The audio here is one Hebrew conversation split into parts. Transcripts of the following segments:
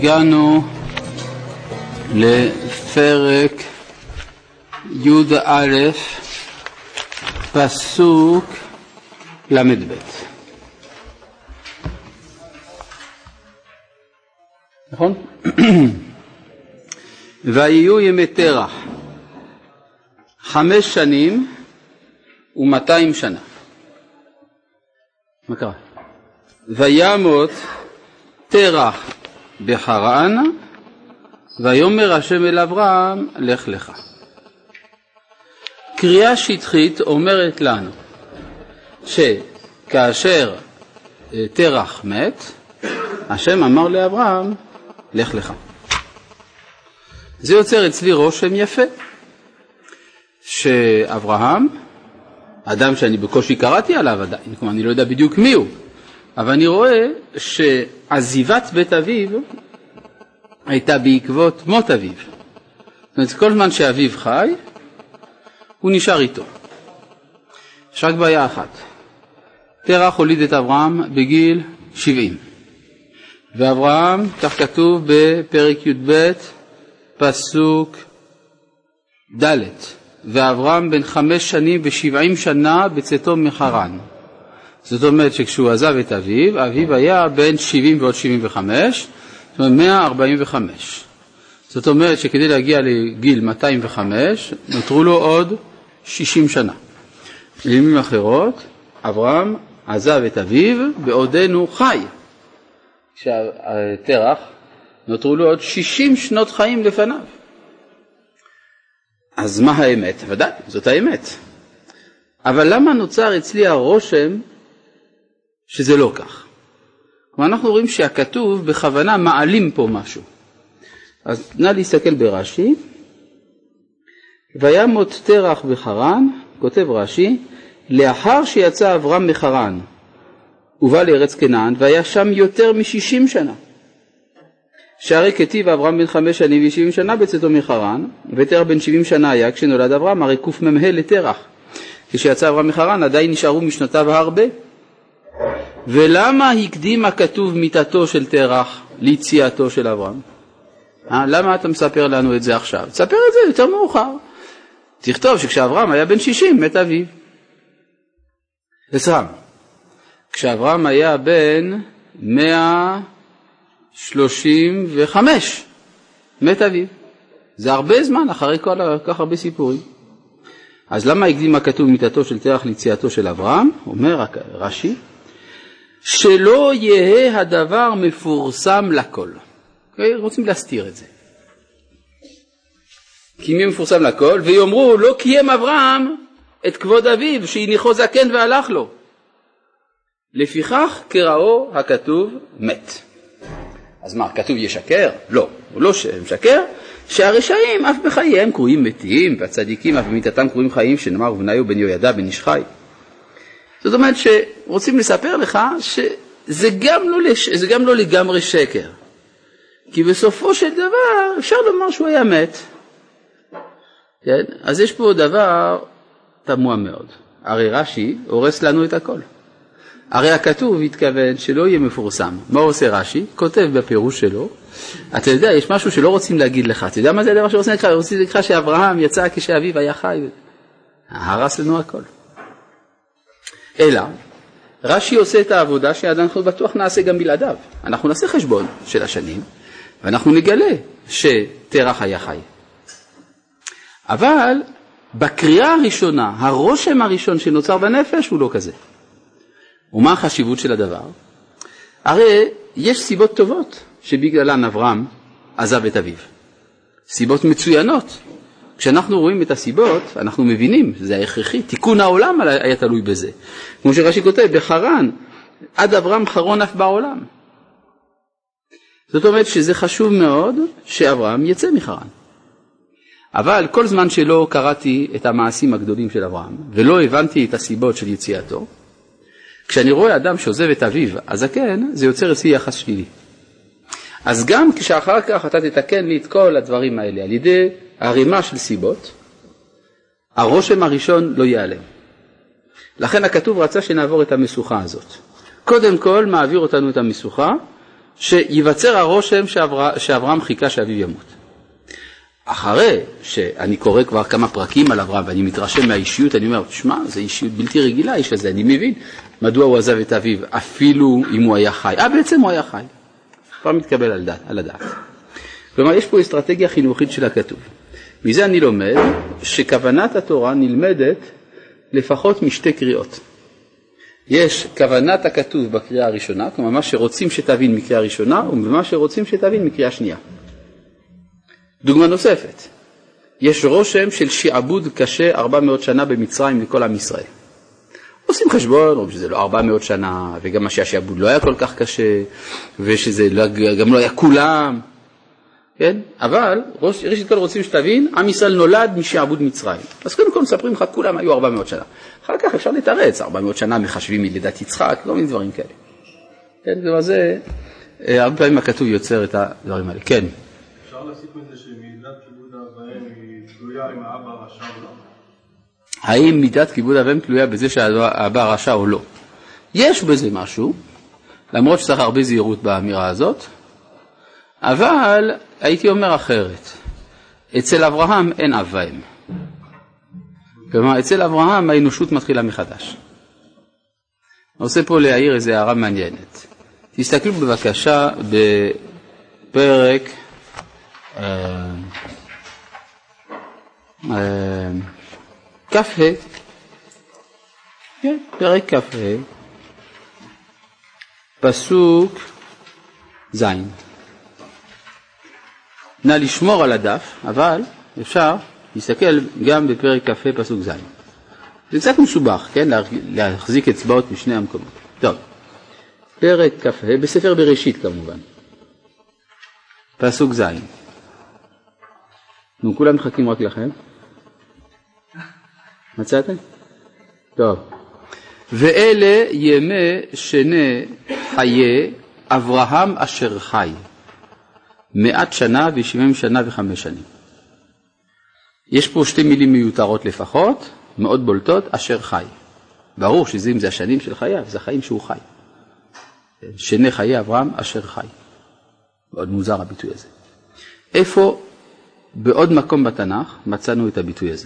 הגענו לפרק י"א פסוק ל"ב. נכון? ויהיו ימי תרח 5 שנים ו200 שנה. מה קרה? וימות תרח בחרן, ויאמר השם אל אברהם לך לך. קריאה שטחית אומרת לנו שכאשר תרח מת, השם אמר לאברהם לך לך. זה יוצר אצלי רושם יפה שאברהם, אדם שאני בקושי קראתי עליו עדיין, כלומר אני לא יודע בדיוק מי הוא, אבל אני רואה שעזיבת בית אביו הייתה בעקבות מות אביו. זאת אומרת, כל זמן שאביו חי, הוא נשאר איתו. יש רק בעיה אחת. תרח הוליד את אברהם בגיל 70. ואברהם, כך כתוב בפרק י"ב, פסוק ד', ואברהם בן 5 שנים ו70 שנה בצאתו מחרן. זאת אומרת שכשהוא עזב את אביו, אביו היה בין 70 ועוד 75, זאת אומרת 145. זאת אומרת שכדי להגיע לגיל 205, נותרו לו עוד 60 שנה. במילים אחרות, אברהם עזב את אביו בעודנו חי. כשהתרח נותרו לו עוד 60 שנות חיים לפניו. אז מה האמת? ודאי, זאת האמת. אבל למה נוצר אצלי הרושם שזה לא כך? כלומר, אנחנו רואים שהכתוב בכוונה מעלים פה משהו. אז נא להסתכל ברש"י. וימות תרח בחרן, כותב רש"י, לאחר שיצא אברהם מחרן ובא לארץ כנען, והיה שם יותר מ60 שנה. שהרי כתיב אברהם בן 5 שנים ו70 שנה בצאתו מחרן, ותרח בן 70 שנה היה כשנולד אברהם, הרי קמ"ה לתרח. כשיצא אברהם מחרן עדיין נשארו משנותיו הרבה. ולמה הקדים הכתוב מיתתו של תרח ליציאתו של אברהם? למה אתה מספר לנו את זה עכשיו? תספר את זה יותר מאוחר. תכתוב שכשאברהם היה בן 60 מת אביו. כשאברהם היה בן 135 מת אביו. זה הרבה זמן אחרי כך הרבה סיפורים. אז למה הקדים הכתוב מיתתו של תרח ליציאתו של אברהם? אומר רש"י, שלא יהיה הדבר מפורסם לכל. רוצים להסתיר את זה. כי מי מפורסם לכל? ויאמרו לא קיים אברהם את כבוד אביו שהניחו זקן והלך לו. לפיכך קראו הכתוב מת. אז מה, הכתוב ישקר? לא, הוא לא משקר, שהרשעים אף בחייהם קרויים מתים, והצדיקים אף במיתתם קרויים חיים, שנאמר ובניו בן יהוידע בן איש חי. זאת אומרת שרוצים לספר לך שזה גם לא לגמרי שקר. כי בסופו של דבר אפשר לומר שהוא היה מת. כן? אז יש פה דבר תמוה מאוד. הרי רש"י הורס לנו את הכל. הרי הכתוב התכוון שלא יהיה מפורסם. מה עושה רש"י? כותב בפירוש שלו. אתה יודע, יש משהו שלא רוצים להגיד לך. אתה יודע מה זה הדבר שרוצים לקרוא? רוצים לקרוא שאברהם יצא כשאביו היה חי. הרס לנו הכל. אלא, רש"י עושה את העבודה שאנחנו בטוח נעשה גם בלעדיו. אנחנו נעשה חשבון של השנים, ואנחנו נגלה שתרח היה חי. אבל בקריאה הראשונה, הרושם הראשון שנוצר בנפש הוא לא כזה. ומה החשיבות של הדבר? הרי יש סיבות טובות שבגללן אברהם עזב את אביו. סיבות מצוינות. כשאנחנו רואים את הסיבות, אנחנו מבינים שזה ההכרחי. תיקון העולם היה תלוי בזה. כמו שרש"י כותב, בחרן, עד אברהם חרון אף בעולם. זאת אומרת שזה חשוב מאוד שאברהם יצא מחרן. אבל כל זמן שלא קראתי את המעשים הגדולים של אברהם, ולא הבנתי את הסיבות של יציאתו, כשאני רואה אדם שעוזב את אביו הזקן, זה יוצר אצלי יחס שלילי. אז גם כשאחר כך אתה תתקן לי את כל הדברים האלה, על ידי הרימה של סיבות, הרושם הראשון לא ייעלם. לכן הכתוב רצה שנעבור את המשוכה הזאת. קודם כל מעביר אותנו את המשוכה, שיווצר הרושם שאברהם חיכה שאביו ימות. אחרי שאני קורא כבר כמה פרקים על אברהם ואני מתרשם מהאישיות, אני אומר, תשמע, זו אישיות בלתי רגילה, האיש הזה, אני מבין מדוע הוא עזב את אביו, אפילו אם הוא היה חי. בעצם הוא היה חי. כבר מתקבל על הדעת. כלומר, יש פה אסטרטגיה חינוכית של הכתוב. מזה אני לומד שכוונת התורה נלמדת לפחות משתי קריאות. יש כוונת הכתוב בקריאה הראשונה, כלומר מה שרוצים שתבין מקריאה ראשונה, ומה שרוצים שתבין מקריאה שנייה. דוגמה נוספת, יש רושם של שעבוד קשה 400 שנה במצרים לכל עם ישראל. עושים חשבון, או שזה לא 400 שנה, וגם שהשעבוד לא היה כל כך קשה, ושזה גם לא היה כולם, כן? אבל ראשית כל רוצים שתבין, עם ישראל נולד משעבוד מצרים. אז קודם כל מספרים לך, כולם היו 400 שנה. אחר כך אפשר לתרץ, 400 שנה מחשבים מלידת יצחק, לא מיני דברים כאלה. כן, כלומר זה, הרבה פעמים הכתוב יוצר את הדברים האלה. כן. אפשר להסיק מזה שמידת כיבוד האבהם היא תלויה עם האבא הרשע או לא? האם מידת כיבוד האבהם תלויה בזה שהאבא הרשע או לא? יש בזה משהו, למרות שצריך הרבה זהירות באמירה הזאת, אבל הייתי אומר אחרת. אצל אברהם אין אב ואם. כלומר, אצל אברהם האנושות מתחילה מחדש. אני רוצה פה להעיר איזו הערה מעניינת. תסתכלו בבקשה בפרק כ"ה. כן, פרק כ"ה, פסוק ז'. נא לשמור על הדף, אבל אפשר להסתכל גם בפרק כ"ה פסוק ז'. זה קצת מסובך, כן? להחזיק אצבעות משני המקומות. טוב, פרק כ"ה, בספר בראשית כמובן. פסוק ז'. נו, כולם מחכים רק לכם. מצאתם? טוב. ואלה ימי שני חיי אברהם אשר חי. 100 שנה ו70 שנה ו5 שנים. יש פה שתי מילים מיותרות לפחות, מאוד בולטות, אשר חי. ברור שזה זה השנים של חייו, זה החיים שהוא חי. שני חיי אברהם אשר חי. מאוד מוזר הביטוי הזה. איפה בעוד מקום בתנ"ך מצאנו את הביטוי הזה?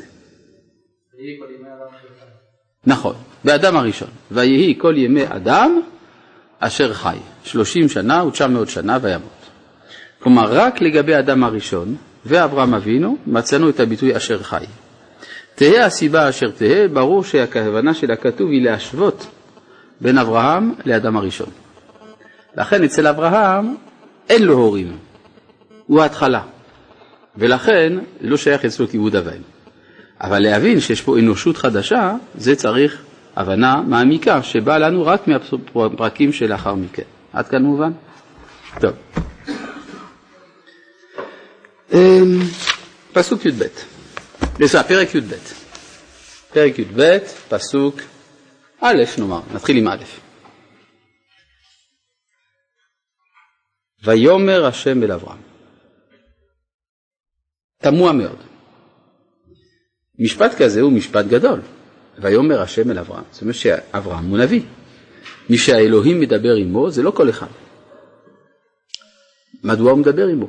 נכון, באדם הראשון. ויהי כל ימי אדם אשר חי. 30 שנה ו900 שנה וימות. כלומר, רק לגבי אדם הראשון ואברהם אבינו מצאנו את הביטוי אשר חי. תהיה הסיבה אשר תהיה, ברור שהכוונה של הכתוב היא להשוות בין אברהם לאדם הראשון. לכן אצל אברהם אין לו הורים, הוא ההתחלה, ולכן לא שייך אצלו כיבוד אביים. אבל להבין שיש פה אנושות חדשה, זה צריך הבנה מעמיקה שבאה לנו רק מהפרקים שלאחר מכן. עד כאן מובן? טוב. פסוק י"ב. פרק י"ב. פרק י"ב, פסוק א', נאמר, נתחיל עם א'. ויאמר השם אל אברהם. תמוה מאוד. משפט כזה הוא משפט גדול. ויאמר השם אל אברהם. זאת אומרת שאברהם הוא נביא. מי שהאלוהים מדבר עמו זה לא כל אחד. מדוע הוא מדבר עמו?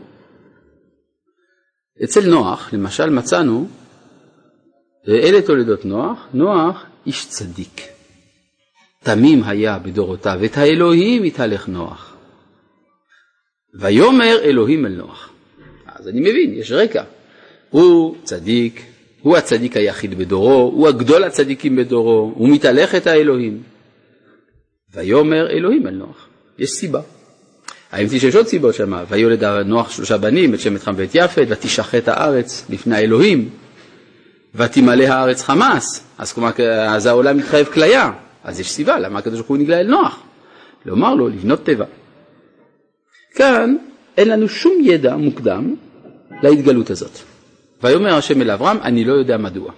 אצל נוח, למשל, מצאנו, אלה תולדות נוח, נוח איש צדיק. תמים היה בדורותיו, את האלוהים התהלך נוח. ויאמר אלוהים אל נוח. אז אני מבין, יש רקע. הוא צדיק, הוא הצדיק היחיד בדורו, הוא הגדול הצדיקים בדורו, הוא מתהלך את האלוהים. ויאמר אלוהים אל נוח. יש סיבה. האם יש עוד סיבות שמה? ויולד נוח 3 בנים, את שם את חם ואת יפת, ותשחט הארץ לפני האלוהים, ותמלא הארץ חמס. אז כלומר, אז העולם מתחייב כליה. אז יש סיבה, למה הקדוש ברוך הוא נגלה אל נוח? לומר לו, לבנות טבע. כאן אין לנו שום ידע מוקדם להתגלות הזאת. ויאמר השם אל אברהם, אני לא יודע מדוע.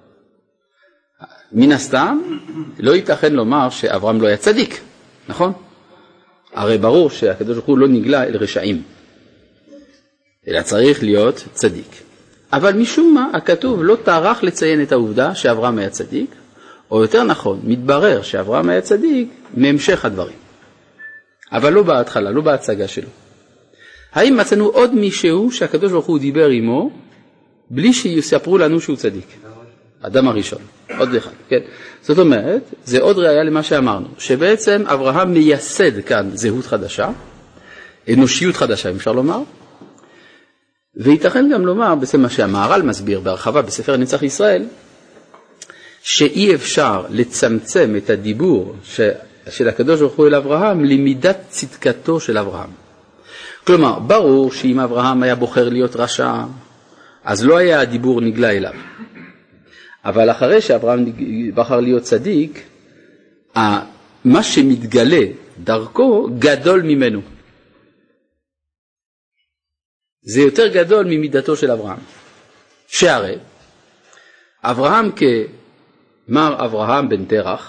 מן הסתם, לא ייתכן לומר שאברהם לא היה צדיק, נכון? הרי ברור שהקדוש ברוך הוא לא נגלה אל רשעים, אלא צריך להיות צדיק. אבל משום מה הכתוב לא טרח לציין את העובדה שאברהם היה צדיק, או יותר נכון, מתברר שאברהם היה צדיק מהמשך הדברים. אבל לא בהתחלה, לא בהצגה שלו. האם מצאנו עוד מישהו שהקדוש ברוך הוא דיבר עמו, בלי שיספרו לנו שהוא צדיק? אדם הראשון, עוד אחד, כן? זאת אומרת, זה עוד ראיה למה שאמרנו, שבעצם אברהם מייסד כאן זהות חדשה, אנושיות חדשה, אפשר לומר, וייתכן גם לומר, בעצם מה שהמהר"ל מסביר בהרחבה בספר נצח ישראל, שאי אפשר לצמצם את הדיבור של הקדוש ברוך הוא אל אברהם למידת צדקתו של אברהם. כלומר, ברור שאם אברהם היה בוחר להיות רשע, אז לא היה הדיבור נגלה אליו. אבל אחרי שאברהם בחר להיות צדיק, מה שמתגלה דרכו גדול ממנו. זה יותר גדול ממידתו של אברהם. שהרי אברהם כמר אברהם בן תרח,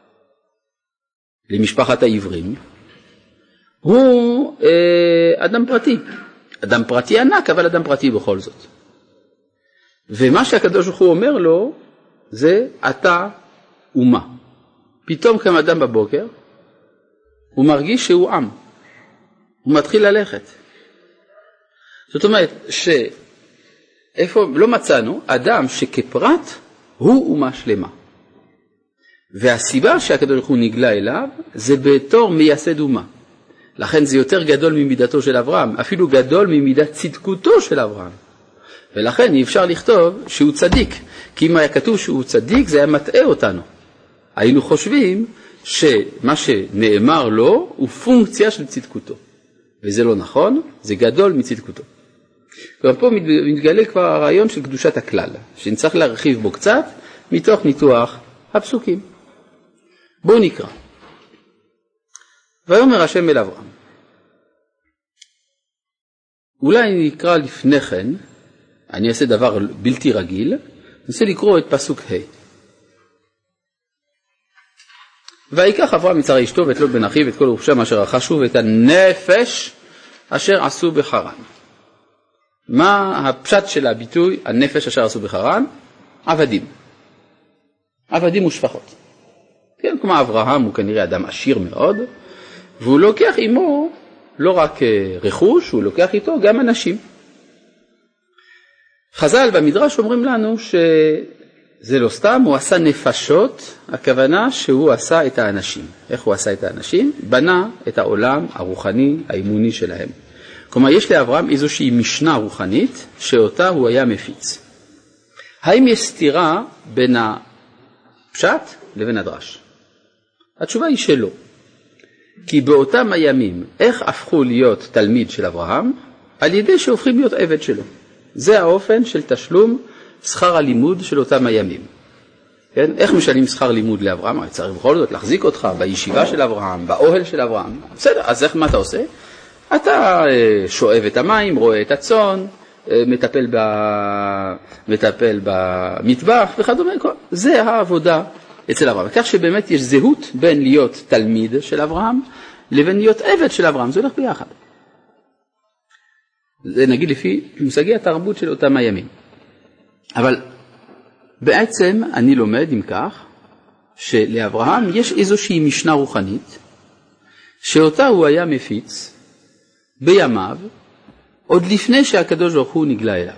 למשפחת העברים, הוא אדם פרטי. אדם פרטי ענק, אבל אדם פרטי בכל זאת. ומה שהקדוש ברוך הוא אומר לו, זה אתה אומה. פתאום קם אדם בבוקר, הוא מרגיש שהוא עם. הוא מתחיל ללכת. זאת אומרת, איפה לא מצאנו אדם שכפרט הוא אומה שלמה. והסיבה שהקדוש ברוך הוא נגלה אליו, זה בתור מייסד אומה. לכן זה יותר גדול ממידתו של אברהם, אפילו גדול ממידת צדקותו של אברהם. ולכן אי אפשר לכתוב שהוא צדיק, כי אם היה כתוב שהוא צדיק זה היה מטעה אותנו. היינו חושבים שמה שנאמר לו הוא פונקציה של צדקותו. וזה לא נכון, זה גדול מצדקותו. כלומר פה מתגלה כבר הרעיון של קדושת הכלל, שנצטרך להרחיב בו קצת מתוך ניתוח הפסוקים. בואו נקרא. ויאמר השם אל אברהם. אולי נקרא לפני כן, אני אעשה דבר בלתי רגיל, ננסה לקרוא את פסוק ה'. ויקח אברהם מצרי אשתו ואת לוט בן אחיו ואת כל רכושם אשר רכשו ואת הנפש אשר עשו בחרן. מה הפשט של הביטוי הנפש אשר עשו בחרן? עבדים. עבדים ושפחות. כן, כמו אברהם הוא כנראה אדם עשיר מאוד, והוא לוקח עמו לא רק רכוש, הוא לוקח איתו גם אנשים. חז"ל במדרש אומרים לנו שזה לא סתם, הוא עשה נפשות, הכוונה שהוא עשה את האנשים. איך הוא עשה את האנשים? בנה את העולם הרוחני, האימוני שלהם. כלומר, יש לאברהם איזושהי משנה רוחנית שאותה הוא היה מפיץ. האם יש סתירה בין הפשט לבין הדרש? התשובה היא שלא. כי באותם הימים, איך הפכו להיות תלמיד של אברהם? על ידי שהופכים להיות עבד שלו. זה האופן של תשלום שכר הלימוד של אותם הימים. כן? איך משלמים שכר לימוד לאברהם? צריך בכל זאת להחזיק אותך בישיבה של אברהם, באוהל של אברהם. בסדר, אז איך מה אתה עושה? אתה שואב את המים, רואה את הצאן, מטפל במטבח וכדומה. זה העבודה אצל אברהם. כך שבאמת יש זהות בין להיות תלמיד של אברהם לבין להיות עבד של אברהם. זה הולך ביחד. זה נגיד לפי מושגי התרבות של אותם הימים. אבל בעצם אני לומד עם כך שלאברהם יש איזושהי משנה רוחנית שאותה הוא היה מפיץ בימיו עוד לפני שהקדוש ברוך הוא נגלה אליו.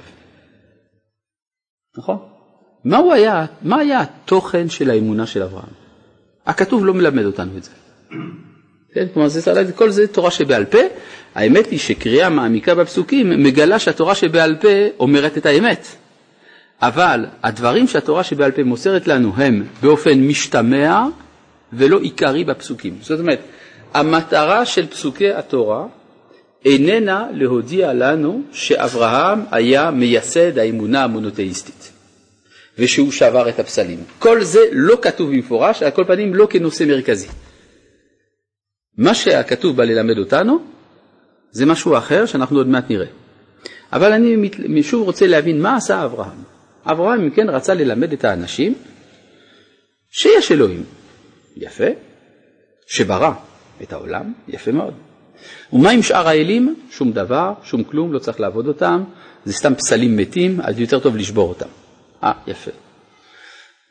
נכון? מה היה התוכן של האמונה של אברהם? הכתוב לא מלמד אותנו את זה. כן, כלומר, כל זה תורה שבעל פה. האמת היא שקריאה מעמיקה בפסוקים מגלה שהתורה שבעל פה אומרת את האמת. אבל הדברים שהתורה שבעל פה מוסרת לנו הם באופן משתמע ולא עיקרי בפסוקים. זאת אומרת, המטרה של פסוקי התורה איננה להודיע לנו שאברהם היה מייסד האמונה המונותאיסטית ושהוא שבר את הפסלים. כל זה לא כתוב במפורש, על כל פנים לא כנושא מרכזי. מה שהכתוב בא ללמד אותנו זה משהו אחר שאנחנו עוד מעט נראה. אבל אני שוב רוצה להבין מה עשה אברהם. אברהם אם כן רצה ללמד את האנשים שיש אלוהים. יפה. שברא את העולם. יפה מאוד. ומה עם שאר האלים? שום דבר, שום כלום, לא צריך לעבוד אותם. זה סתם פסלים מתים, אז יותר טוב לשבור אותם. יפה.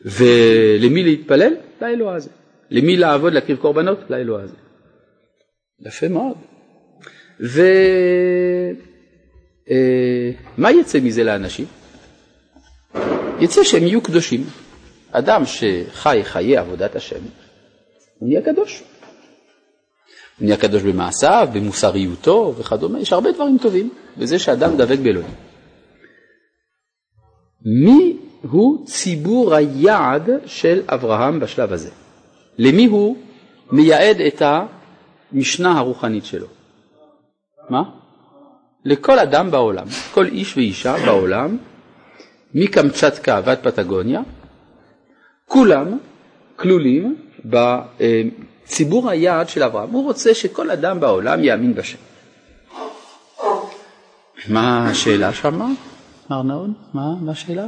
ולמי להתפלל? לאלוה הזה. למי לעבוד, להקריב קורבנות? לאלוה הזה. יפה מאוד. ומה יצא מזה לאנשים? יצא שהם יהיו קדושים. אדם שחי חיי עבודת השם, הוא נהיה קדוש. הוא נהיה קדוש במעשיו, במוסריותו וכדומה. יש הרבה דברים טובים בזה שאדם דבק באלוהים. מי הוא ציבור היעד של אברהם בשלב הזה? למי הוא מייעד את המשנה הרוחנית שלו? מה? לכל אדם בעולם, כל איש ואישה בעולם, מקמצ'טקה ועד פטגוניה, כולם כלולים בציבור היעד של אברהם. הוא רוצה שכל אדם בעולם יאמין בשם. מה השאלה שמה? מר נאון? מה השאלה?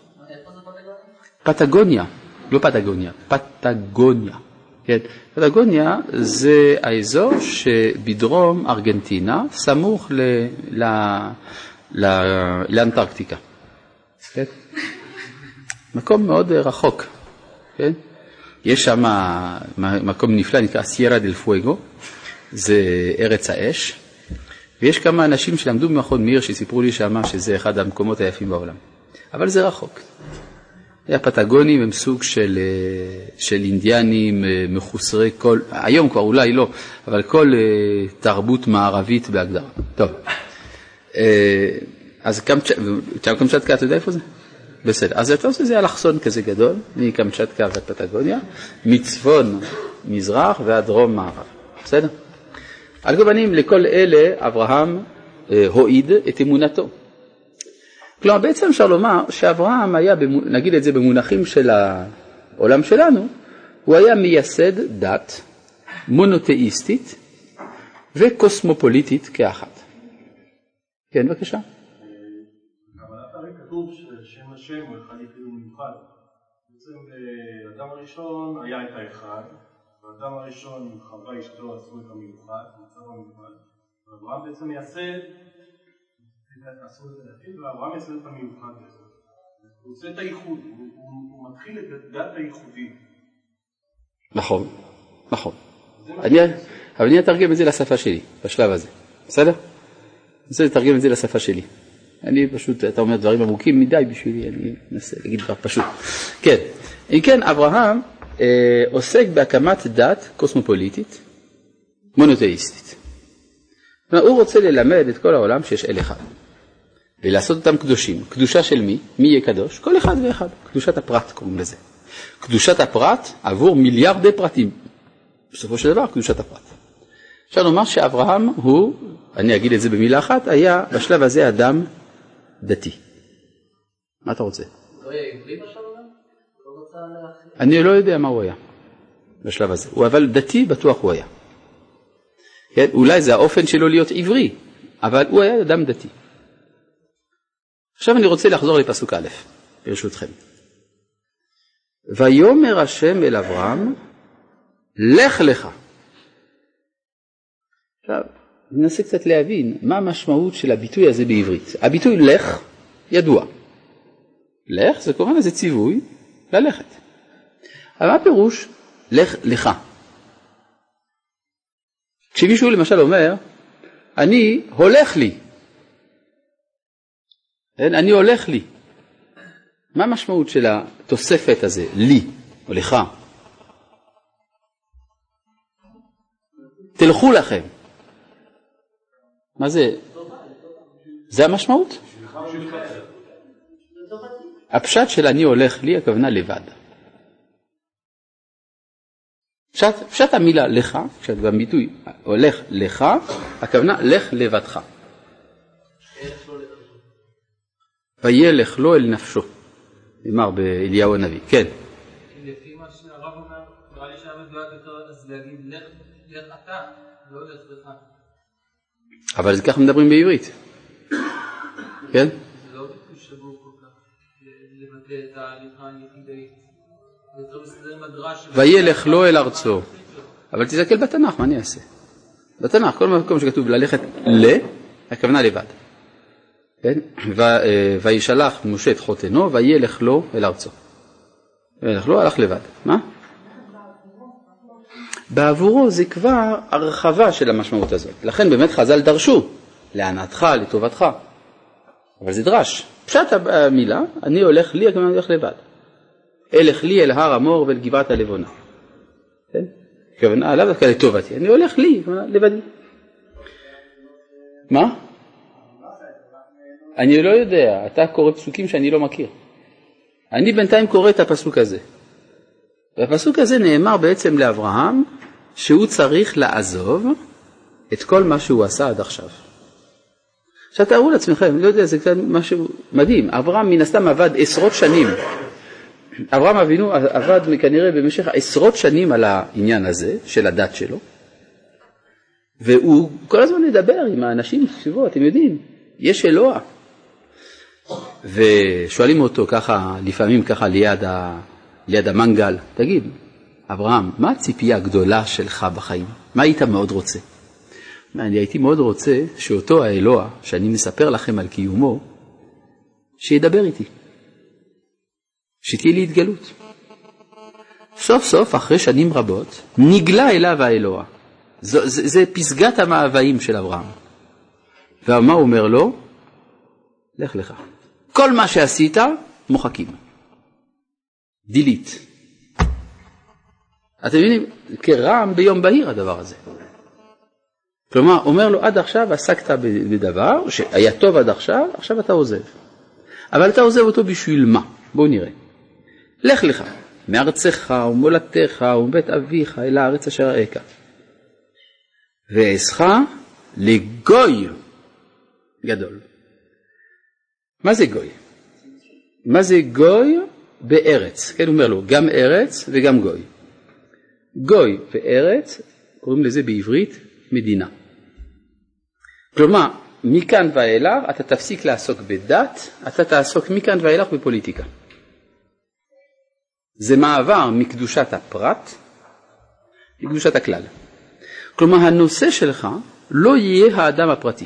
פטגוניה, לא פטגוניה, פטגוניה. כן, פטגוניה זה האזור שבדרום ארגנטינה, סמוך לאנטרקטיקה. כן? מקום מאוד רחוק. כן? יש שם מקום נפלא, נקרא סיירה דל פואגו, זה ארץ האש, ויש כמה אנשים שלמדו במכון מאיר שסיפרו לי שם שזה אחד המקומות היפים בעולם. אבל זה רחוק. הפטגונים הם סוג של אינדיאנים מחוסרי כל, היום כבר אולי לא, אבל כל תרבות מערבית בהגדרה. טוב. אז קמצ'טקה, אתה יודע איפה זה? בסדר. אז אתה עושה זה אלכסון כזה גדול, מקמצ'טקה ועד פטגוניה, מצפון מזרח ועד דרום מערב. בסדר? על כל פנים, לכל אלה אברהם הועיד את אמונתו. כלומר, בעצם אפשר לומר שאברהם היה, נגיד את זה במונחים של העולם שלנו, הוא היה מייסד דת מונותאיסטית וקוסמופוליטית כאחת. כן, בבקשה. אבל הרי כתוב ששם השם הוא אחד יחיד ומיוחד. בעצם האדם הראשון היה את האחד, והאדם הראשון חווה אשתו עשו את המיוחד, מצב המיוחד, ואברהם בעצם מייסד עשו את היחיד, ואברהם מייסד את המיוחד הזה. הוא עושה את הייחוד, הוא מתחיל את דת הייחודית. נכון, נכון. אבל אני אתרגם את זה לשפה שלי, בשלב הזה. בסדר? אני רוצה לתרגם את זה לשפה שלי. אני פשוט, אתה אומר דברים עמוקים מדי בשבילי, אני אנסה להגיד דבר פשוט. כן, אם כן, אברהם עוסק בהקמת דת קוסמופוליטית, מונותאיסטית. הוא רוצה ללמד את כל העולם שיש אל אחד, ולעשות אותם קדושים. קדושה של מי? מי יהיה קדוש? כל אחד ואחד. קדושת הפרט קוראים לזה. קדושת הפרט עבור מיליארדי פרטים. בסופו של דבר, קדושת הפרט. אפשר לומר שאברהם הוא, אני אגיד את זה במילה אחת, היה בשלב הזה אדם דתי. מה אתה רוצה? הוא היה עברי בשלב הזה? אני לא יודע מה הוא היה בשלב הזה. הוא אבל דתי בטוח הוא היה. כן? אולי זה האופן שלו להיות עברי, אבל הוא היה אדם דתי. עכשיו אני רוצה לחזור לפסוק א', ברשותכם. ויאמר השם אל אברהם, לך לך. עכשיו, ננסה קצת להבין מה המשמעות של הביטוי הזה בעברית. הביטוי לך ידוע. לך זה כמובן איזה ציווי ללכת. אבל מה פירוש לך לך? כשמישהו למשל אומר, אני הולך לי. אני הולך לי. מה המשמעות של התוספת הזה? לי או לך? תלכו לכם. מה זה? זה המשמעות? הפשט של אני הולך לי, הכוונה לבד. פשט המילה לך, כשבביטוי הולך לך, הכוונה לך לבדך. וילך לו אל נפשו. אמר באליהו הנביא. כן. לפי מה שהרב אומר, נראה לי שהמדויק יותר אז להגיד לך אתה, לא לך לך. אבל זה ככה מדברים בעברית. כן? זה לא ביטוי שבור כל כך לבטא את ההליכה היחידאית. זה יותר מסתדר עם הדרש. וילך לו אל ארצו. אבל תסתכל בתנ"ך, מה אני אעשה? בתנ"ך, כל מקום שכתוב ללכת הכוונה לבד. כן? וישלח משה את חותנו, וילך לו אל ארצו. וילך לו, הלך לבד. מה? בעבורו זה כבר הרחבה של המשמעות הזאת. לכן באמת חז"ל דרשו, לענתך, לטובתך. אבל זה דרש. פשט המילה, אני הולך לי, אני הולך לבד. אלך לי אל הר המור ואל גבעת הלבונה. כן? כוונה, עליו דווקא לטובתי. אני הולך לי, לבדי. מה? אני לא יודע, אתה קורא פסוקים שאני לא מכיר. אני בינתיים קורא את הפסוק הזה. והפסוק הזה נאמר בעצם לאברהם שהוא צריך לעזוב את כל מה שהוא עשה עד עכשיו. עכשיו תארו לעצמכם, לא יודע, זה קצת משהו מדהים. אברהם מן הסתם עבד עשרות שנים. אברהם אבינו עבד כנראה במשך עשרות שנים על העניין הזה של הדת שלו. והוא כל הזמן מדבר עם האנשים סביבו, אתם יודעים, יש אלוה. ושואלים אותו ככה, לפעמים ככה ליד המנגל, תגיד, אברהם, מה הציפייה הגדולה שלך בחיים? מה היית מאוד רוצה? אני הייתי מאוד רוצה שאותו האלוה, שאני מספר לכם על קיומו, שידבר איתי. שתהיה לי התגלות. סוף סוף, אחרי שנים רבות, נגלה אליו האלוה. זה פסגת המאוויים של אברהם. ומה הוא אומר לו? לך לך. כל מה שעשית, מוחקים. דילית. אתם מבינים? כרעם ביום בהיר הדבר הזה. כלומר, אומר לו, עד עכשיו עסקת בדבר שהיה טוב עד עכשיו, עכשיו אתה עוזב. אבל אתה עוזב אותו בשביל מה? בואו נראה. לך לך, מארצך ומולדתך ומבית אביך אל הארץ אשר אראך. ואעשך לגוי גדול. מה זה גוי? מה זה גוי בארץ? כן, הוא אומר לו, גם ארץ וגם גוי. גוי וארץ, קוראים לזה בעברית מדינה. כלומר, מכאן ואילך אתה תפסיק לעסוק בדת, אתה תעסוק מכאן ואילך בפוליטיקה. זה מעבר מקדושת הפרט לקדושת הכלל. כלומר, הנושא שלך לא יהיה האדם הפרטי.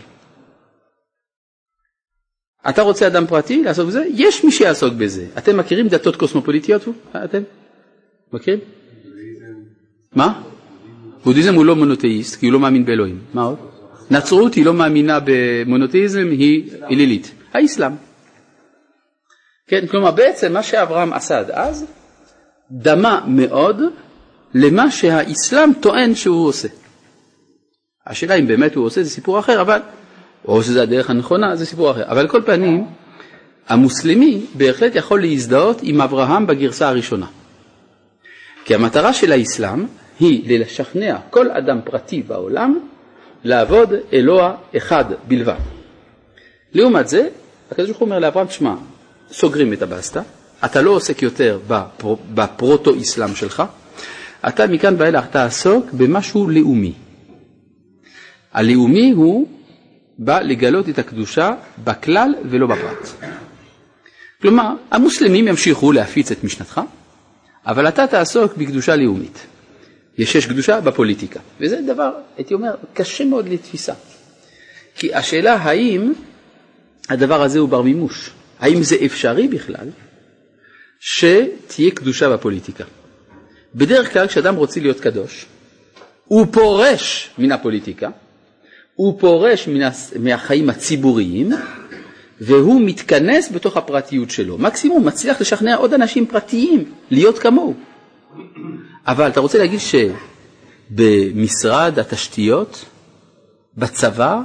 אתה רוצה אדם פרטי לעסוק בזה? יש מי שיעסוק בזה. אתם מכירים דתות קוסמופוליטיות? אתם מכירים? מה? בודהיזם הוא לא מונותאיסט, כי הוא לא מאמין באלוהים. מה עוד? נצרות היא לא מאמינה במונותאיזם, היא אלילית. האסלאם. כן, כלומר, בעצם מה שאברהם עשה עד אז, דמה מאוד למה שהאסלאם טוען שהוא עושה. השאלה אם באמת הוא עושה, זה סיפור אחר, אבל, או שזה הדרך הנכונה, זה סיפור אחר. אבל כל פעמים, המוסלמי בהחלט יכול להזדהות עם אברהם בגרסה הראשונה. כי המטרה של האסלאם היא לשכנע כל אדם פרטי בעולם לעבוד אלוה אחד בלבד. לעומת זה, הקדוש ברוך הוא אומר לאברהם, תשמע, סוגרים את הבסטה, אתה לא עוסק יותר בפרוטו-אסלאם שלך, אתה מכאן ואילך תעסוק במשהו לאומי. הלאומי הוא בא לגלות את הקדושה בכלל ולא בפרט. כלומר, המוסלמים ימשיכו להפיץ את משנתך, אבל אתה תעסוק בקדושה לאומית. יש קדושה בפוליטיקה, וזה דבר, הייתי אומר, קשה מאוד לתפיסה. כי השאלה האם הדבר הזה הוא בר מימוש, האם זה אפשרי בכלל שתהיה קדושה בפוליטיקה. בדרך כלל כשאדם רוצה להיות קדוש, הוא פורש מן הפוליטיקה, הוא פורש מהחיים הציבוריים, והוא מתכנס בתוך הפרטיות שלו. מקסימום מצליח לשכנע עוד אנשים פרטיים להיות כמוהו. אבל אתה רוצה להגיד שבמשרד התשתיות, בצבא,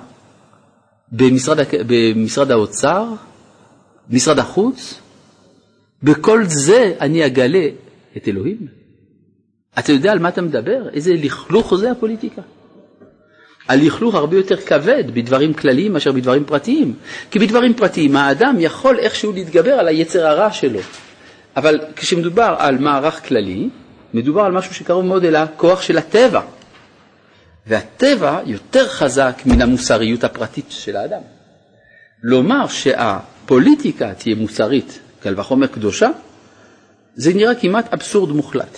במשרד האוצר, משרד החוץ, בכל זה אני אגלה את אלוהים? אתה יודע על מה אתה מדבר? איזה לכלוך זה הפוליטיקה? הלכלוך הרבה יותר כבד בדברים כלליים מאשר בדברים פרטיים. כי בדברים פרטיים האדם יכול איכשהו להתגבר על היצר הרע שלו. אבל כשמדובר על מערך כללי, מדובר על משהו שקרוב מאוד אל הכוח של הטבע. והטבע יותר חזק מן המוסריות הפרטית של האדם. לומר שהפוליטיקה תהיה מוסרית, קל וחומר קדושה, זה נראה כמעט אבסורד מוחלט.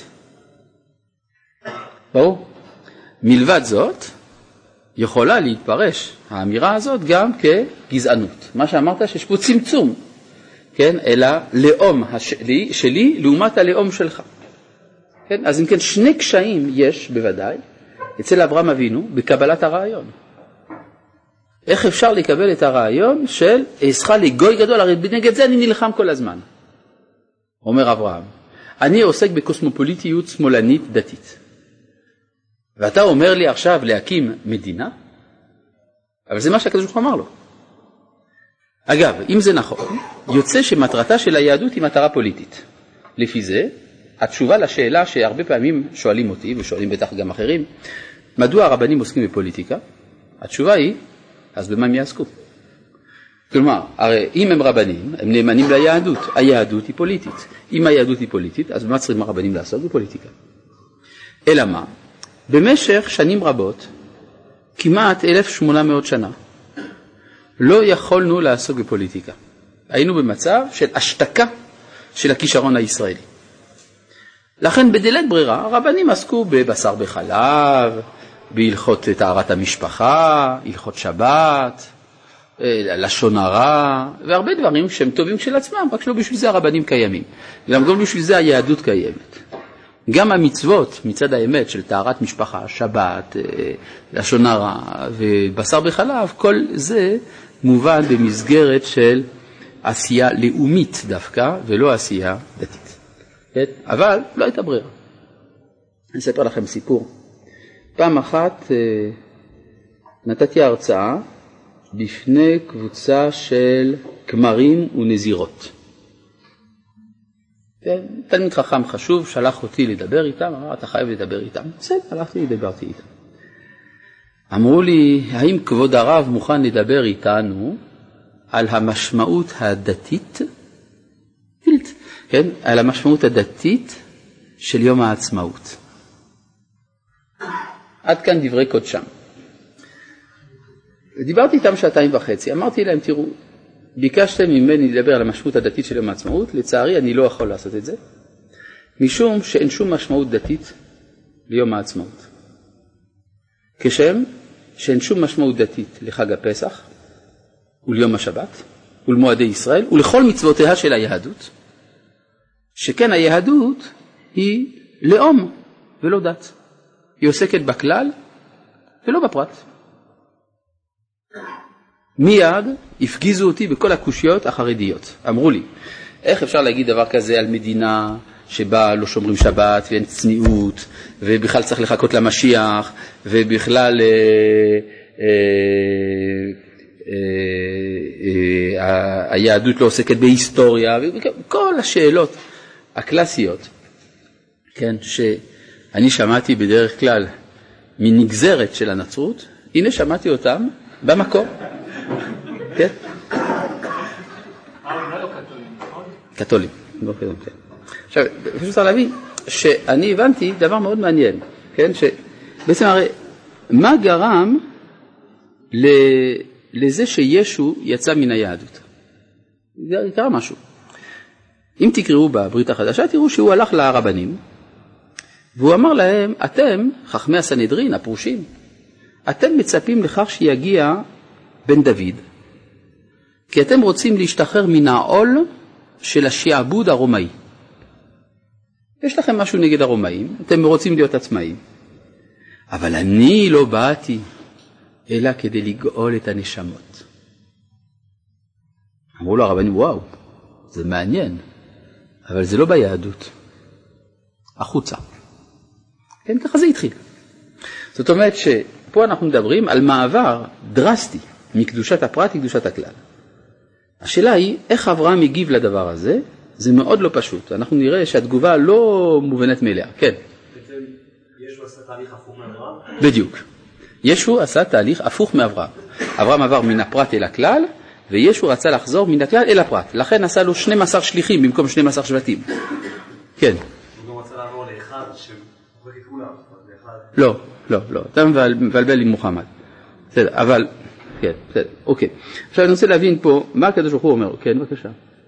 ברור? מלבד זאת, יכולה להתפרש האמירה הזאת גם כגזענות. מה שאמרת שיש פה צמצום, כן? אלא לאום שלי לעומת הלאום שלך. כן? אז אם כן, שני קשיים יש בוודאי אצל אברהם אבינו בקבלת הרעיון. איך אפשר לקבל את הרעיון של אעשך לגוי גדול, הרי בנגד זה אני נלחם כל הזמן. אומר אברהם, אני עוסק בקוסמופוליטיות שמאלנית דתית. ואתה אומר לי עכשיו להקים מדינה? אבל זה מה שהקדוש ברוך הוא אמר לו. אגב, אם זה נכון, יוצא שמטרתה של היהדות היא מטרה פוליטית. לפי זה, התשובה לשאלה שהרבה פעמים שואלים אותי, ושואלים בטח גם אחרים, מדוע הרבנים עוסקים בפוליטיקה? התשובה היא, אז במה הם יעסקו? כלומר, הרי אם הם רבנים, הם נאמנים ליהדות. היהדות היא פוליטית. אם היהדות היא פוליטית, אז במה צריכים הרבנים לעשות בפוליטיקה? אלא מה? במשך שנים רבות, כמעט 1800 שנה, לא יכולנו לעסוק בפוליטיקה. היינו במצב של השתקה של הכישרון הישראלי. לכן בדלת ברירה, הרבנים עסקו בבשר בחלב, בהלכות טהרת המשפחה, הלכות שבת, לשון הרע, והרבה דברים שהם טובים של עצמם, רק שלא בשביל זה הרבנים קיימים. גם בשביל זה היהדות קיימת. גם המצוות מצד האמת של טהרת משפחה, שבת, לשון הרע ובשר בחלב, כל זה מובן במסגרת של עשייה לאומית דווקא, ולא עשייה דתית. אבל לא הייתה ברירה. אני אספר לכם סיפור. פעם אחת נתתי הרצאה בפני קבוצה של כמרים ונזירות. תלמיד חכם חשוב, שלח אותי לדבר איתם, אמר, אתה חייב לדבר איתם. בסדר, הלכתי לדברתי איתם. אמרו לי, האם כבוד הרב מוכן לדבר איתנו על המשמעות הדתית, כן, על המשמעות הדתית של יום העצמאות. עד כאן דברי קודשם. דיברתי איתם 2.5, אמרתי להם, תראו, ביקשתם ממני לדבר על המשמעות הדתית של יום העצמאות, לצערי אני לא יכול לעשות את זה, משום שאין שום משמעות דתית ליום העצמאות. כשם שאין שום משמעות דתית לחג הפסח, וליום השבת, ולמועדי ישראל, ולכל מצוותיה של היהדות, שכן היהדות היא לאום ולא דת. היא עוסקת בכלל ולא בפרט. מיד הפגיזו אותי בכל הקושיות החרדיות. אמרו לי, איך אפשר להגיד דבר כזה על מדינה שבה לא שומרים שבת ואין צניעות, ובכלל צריך לחכות למשיח, ובכלל היהדות לא עוסקת בהיסטוריה, וכל השאלות הקלאסיות, כן, שאני שמעתי בדרך כלל מנגזרת של הנצרות, הנה שמעתי אותם במקור. כן? קתולים. עכשיו, פשוט צריך להבין שאני הבנתי דבר מאוד מעניין, כן, שבעצם הרי מה גרם לזה שישו יצא מן היהדות? קרה משהו. אם תקראו בברית החדשה, תראו שהוא הלך לרבנים, והוא אמר להם, אתם, חכמי הסנהדרין, הפרושים, אתם מצפים לכך שיגיע בן דוד, כי אתם רוצים להשתחרר מן העול של השעבוד הרומאי. יש לכם משהו נגד הרומאים, אתם רוצים להיות עצמאים. אבל אני לא באתי, אלא כדי לגאול את הנשמות. אמרו לו הרבנים, וואו, זה מעניין, אבל זה לא ביהדות. החוצה. כן, ככה זה התחיל. זאת אומרת שפה אנחנו מדברים על מעבר דרסטי מקדושת הפרט לקדושת הכלל. השאלה היא, איך אברהם הגיב לדבר הזה? זה מאוד לא פשוט. אנחנו נראה שהתגובה לא מובנת מאליה. כן. בעצם ישו עשה תהליך הפוך מאברהם? בדיוק. ישו עשה תהליך הפוך מאברהם. אברהם עבר מן הפרט אל הכלל, וישו רצה לחזור מן הכלל אל הפרט. לכן עשה לו 12 שליחים במקום 12 שבטים. כן. הוא גם רצה לעבור לאחד שמוחק את כולם. לא, לא, לא. אתה מבלבל עם מוחמד. בסדר, אבל... כן, בסדר, אוקיי. עכשיו אני רוצה להבין פה, מה הקדוש ברוך הוא אומר? כן, בבקשה.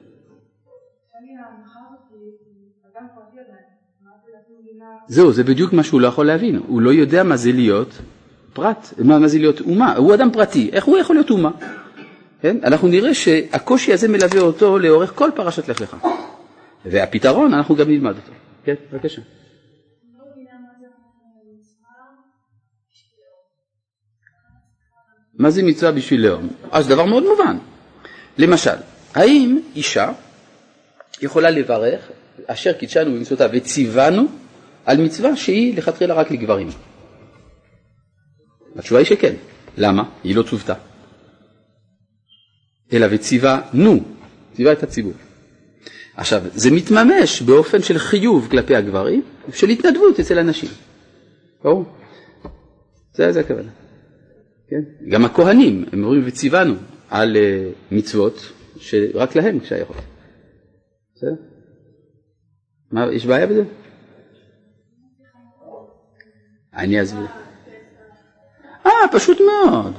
זהו, זה בדיוק מה שהוא לא יכול להבין. הוא לא יודע מה זה להיות פרט, מה זה להיות אומה. הוא אדם פרטי, איך הוא יכול להיות אומה? כן? אנחנו נראה שהקושי הזה מלווה אותו לאורך כל פרשת לך לך. והפתרון, אנחנו גם נלמד אותו. כן, בבקשה. מה זה מצווה בשביל לאום? אז דבר מאוד מובן. למשל, האם אישה יכולה לברך אשר קידשנו במצוותיו וציוונו על מצווה שהיא לכתחילה רק לגברים? התשובה היא שכן. למה? היא לא צוותה. אלא וציווה ציווה את הציבור. עכשיו, זה מתממש באופן של חיוב כלפי הגברים, של התנדבות אצל הנשים. ברור? זה הכוונה. כן? גם הכהנים, הם אומרים וציוונו על מצוות שרק להם כשייכות. בסדר? יש בעיה בזה? אני אסביר. פשוט מאוד.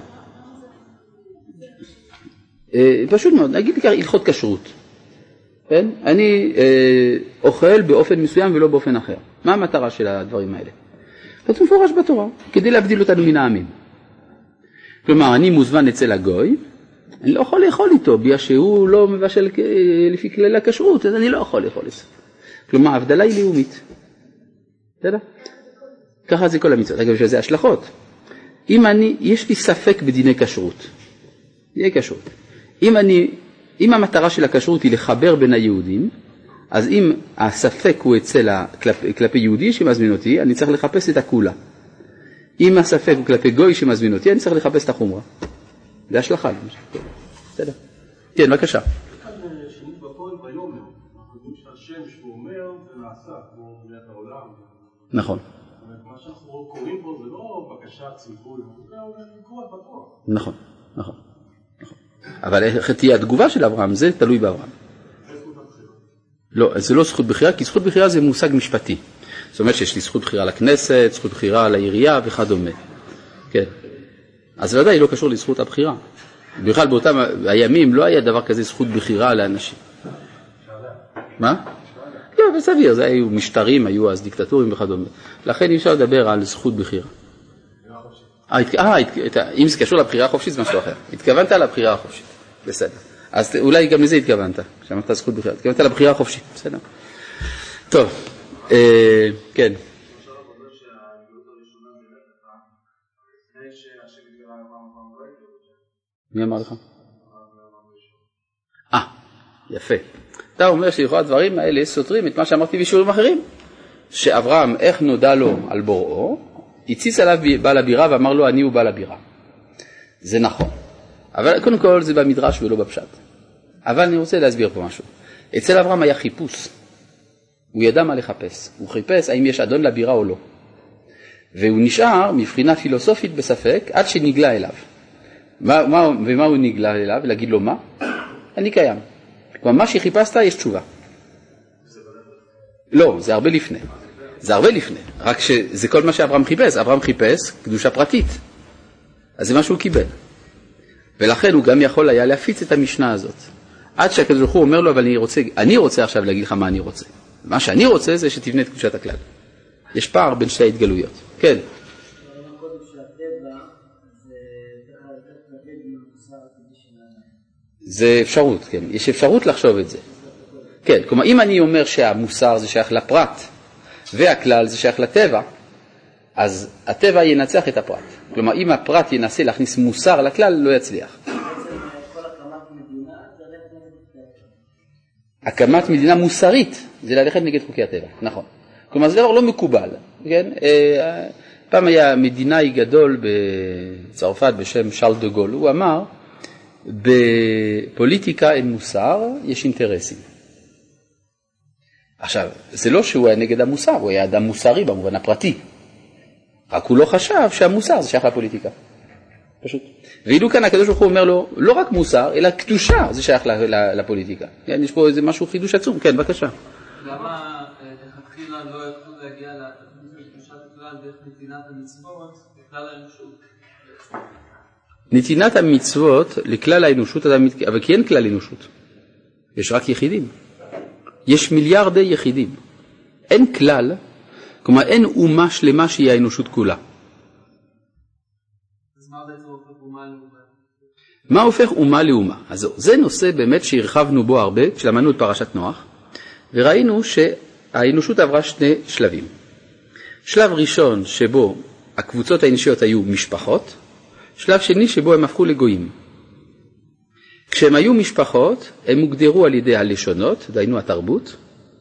פשוט מאוד. נגיד ככה הלכות כשרות. כן? אני אוכל באופן מסוים ולא באופן אחר. מה המטרה של הדברים האלה? כתוב מפורש בתורה, כדי להבדיל אותנו מן העמים. כלומר, אני מוזמן אצל הגוי, אני לא יכול לאכול איתו, בגלל שהוא לא מבשל לפי כללי הכשרות, אז אני לא יכול לאכול איתו. כלומר, ההבדלה היא לאומית. בסדר? ככה זה כל המצוות. אגב, שזה השלכות. יש לי ספק בדיני כשרות. דיני כשרות. אם המטרה של הכשרות היא לחבר בין היהודים, אז אם הספק הוא כלפי יהודי שמזמין אותי, אני צריך לחפש את הכולה. אם הספק הוא כלפי גוי שמזמין אותי, אני צריך לחפש את החומרה. זה השלכה. בסדר. כן, בבקשה. כאן שימוש בפועל ביום, אנחנו יודעים שהשם שהוא אומר, זה נעשה, כמו בניית העולם. נכון. מה שאנחנו קוראים פה זה לא בקשה ציווי, זה לקרוא בפועל. נכון. אבל איך תהיה התגובה של אברהם? זה תלוי באברהם. לא, זה לא זכות בחירה, כי זכות בחירה זה מושג משפטי. זאת אומרת שיש לי זכות בחירה לכנסת, זכות בחירה לעירייה וכדומה. כן. אז ודאי לא קשור לזכות הבחירה. בכלל באותם הימים לא היה דבר כזה זכות בחירה לאנשים. מה? לא, זה סביר, זה היו משטרים, היו אז דיקטטורים וכדומה. לכן אי אפשר לדבר על זכות בחירה. אם זה קשור לבחירה החופשית זה משהו אחר. התכוונת לבחירה החופשית. בסדר. אז אולי גם לזה התכוונת. כשאמרת זכות בחירה. התכוונת לבחירה החופשית. בסדר. טוב. כן. מי אמר לך? יפה. אתה אומר שלכאורה הדברים האלה סותרים את מה שאמרתי בשיעורים אחרים. שאברהם, איך נודע לו על בוראו, הציץ עליו בעל הבירה ואמר לו אני הוא בעל הבירה. זה נכון. אבל קודם כל זה במדרש ולא בפשט. אבל אני רוצה להסביר פה משהו. אצל אברהם היה חיפוש. הוא ידע מה לחפש. הוא חיפש האם יש אדון לבירה או לא. והוא נשאר מבחינה פילוסופית בספק עד שנגלה אליו. ומה הוא נגלה אליו? להגיד לו מה? אני קיים. כלומר, מה שחיפשת יש תשובה. לא, זה הרבה לפני. זה הרבה לפני. רק שזה כל מה שאברהם חיפש. אברהם חיפש קדושה פרטית. אז זה מה שהוא קיבל. ולכן הוא גם יכול היה להפיץ את המשנה הזאת. עד שהקדוש ברוך הוא אומר לו, אבל אני רוצה עכשיו להגיד לך מה אני רוצה. מה שאני רוצה זה שתבנה את קדושת הכלל. יש פער בין שתי ההתגלויות. כן. זה אפשרות, כן. יש אפשרות לחשוב את זה. כן, כלומר, אם אני אומר שהמוסר זה שייך לפרט, והכלל זה שייך לטבע, אז הטבע ינצח את הפרט. כלומר, אם הפרט ינסה להכניס מוסר לכלל, לא יצליח. הקמת מדינה מוסרית זה ללכת נגד חוקי הטבע, נכון. כלומר, זה דבר לא מקובל. כן? פעם היה מדינאי גדול בצרפת בשם שרל דה גול, הוא אמר, בפוליטיקה אין מוסר, יש אינטרסים. עכשיו, זה לא שהוא היה נגד המוסר, הוא היה אדם מוסרי במובן הפרטי. רק הוא לא חשב שהמוסר זה שייך לפוליטיקה. פשוט. ואילו כאן הקדוש ברוך הוא אומר לו, לא רק מוסר, אלא קדושה זה שייך לפוליטיקה. יש פה איזה משהו חידוש עצום. כן, בבקשה. למה לכתחילה לא יכולו להגיע לתכנית של קדושת הכלל דרך נתינת המצוות לכלל האנושות? נתינת המצוות לכלל האנושות, אבל כי אין כלל אנושות. יש רק יחידים. יש מיליארדי יחידים. אין כלל, כלומר אין אומה שלמה שהיא האנושות כולה. אז מה בעצם הופך אומה לאומה? מה הופך אומה לאומה? אז זה נושא באמת שהרחבנו בו הרבה, כשלמדנו את פרשת נוח, וראינו שהאנושות עברה שני שלבים. שלב ראשון שבו הקבוצות האנושיות היו משפחות, שלב שני שבו הם הפכו לגויים. כשהם היו משפחות, הם הוגדרו על ידי הלשונות, דהיינו התרבות.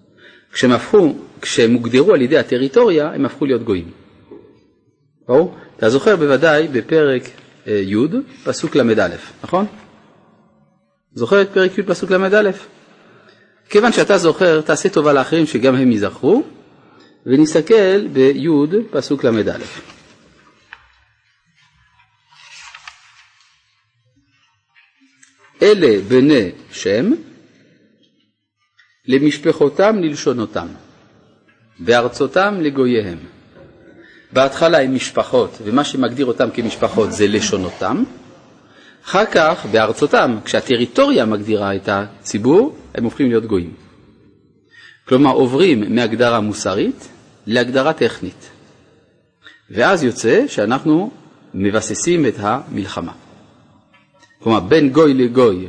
כשהם הוגדרו על ידי הטריטוריה, הם הפכו להיות גויים. ברור? אתה זוכר בוודאי בפרק י' פסוק למד א', נכון? זוכר את פרק י' פסוק למד א'? כיוון שאתה זוכר, תעשה טובה לאחרים שגם הם יזכרו, ונסתכל בי' פסוק למד א'. אלה בני שם, למשפחותם ללשונותם, בארצותם לגוייהם. בהתחלה הם משפחות, ומה שמגדיר אותם כמשפחות זה לשונותם. אחר כך, בארצותם, כשהטריטוריה מגדירה את הציבור, הם הופכים להיות גויים. כלומר, עוברים מהגדרה מוסרית להגדרה טכנית. ואז יוצא שאנחנו מבססים את המלחמה. כלומר, בין גוי לגוי,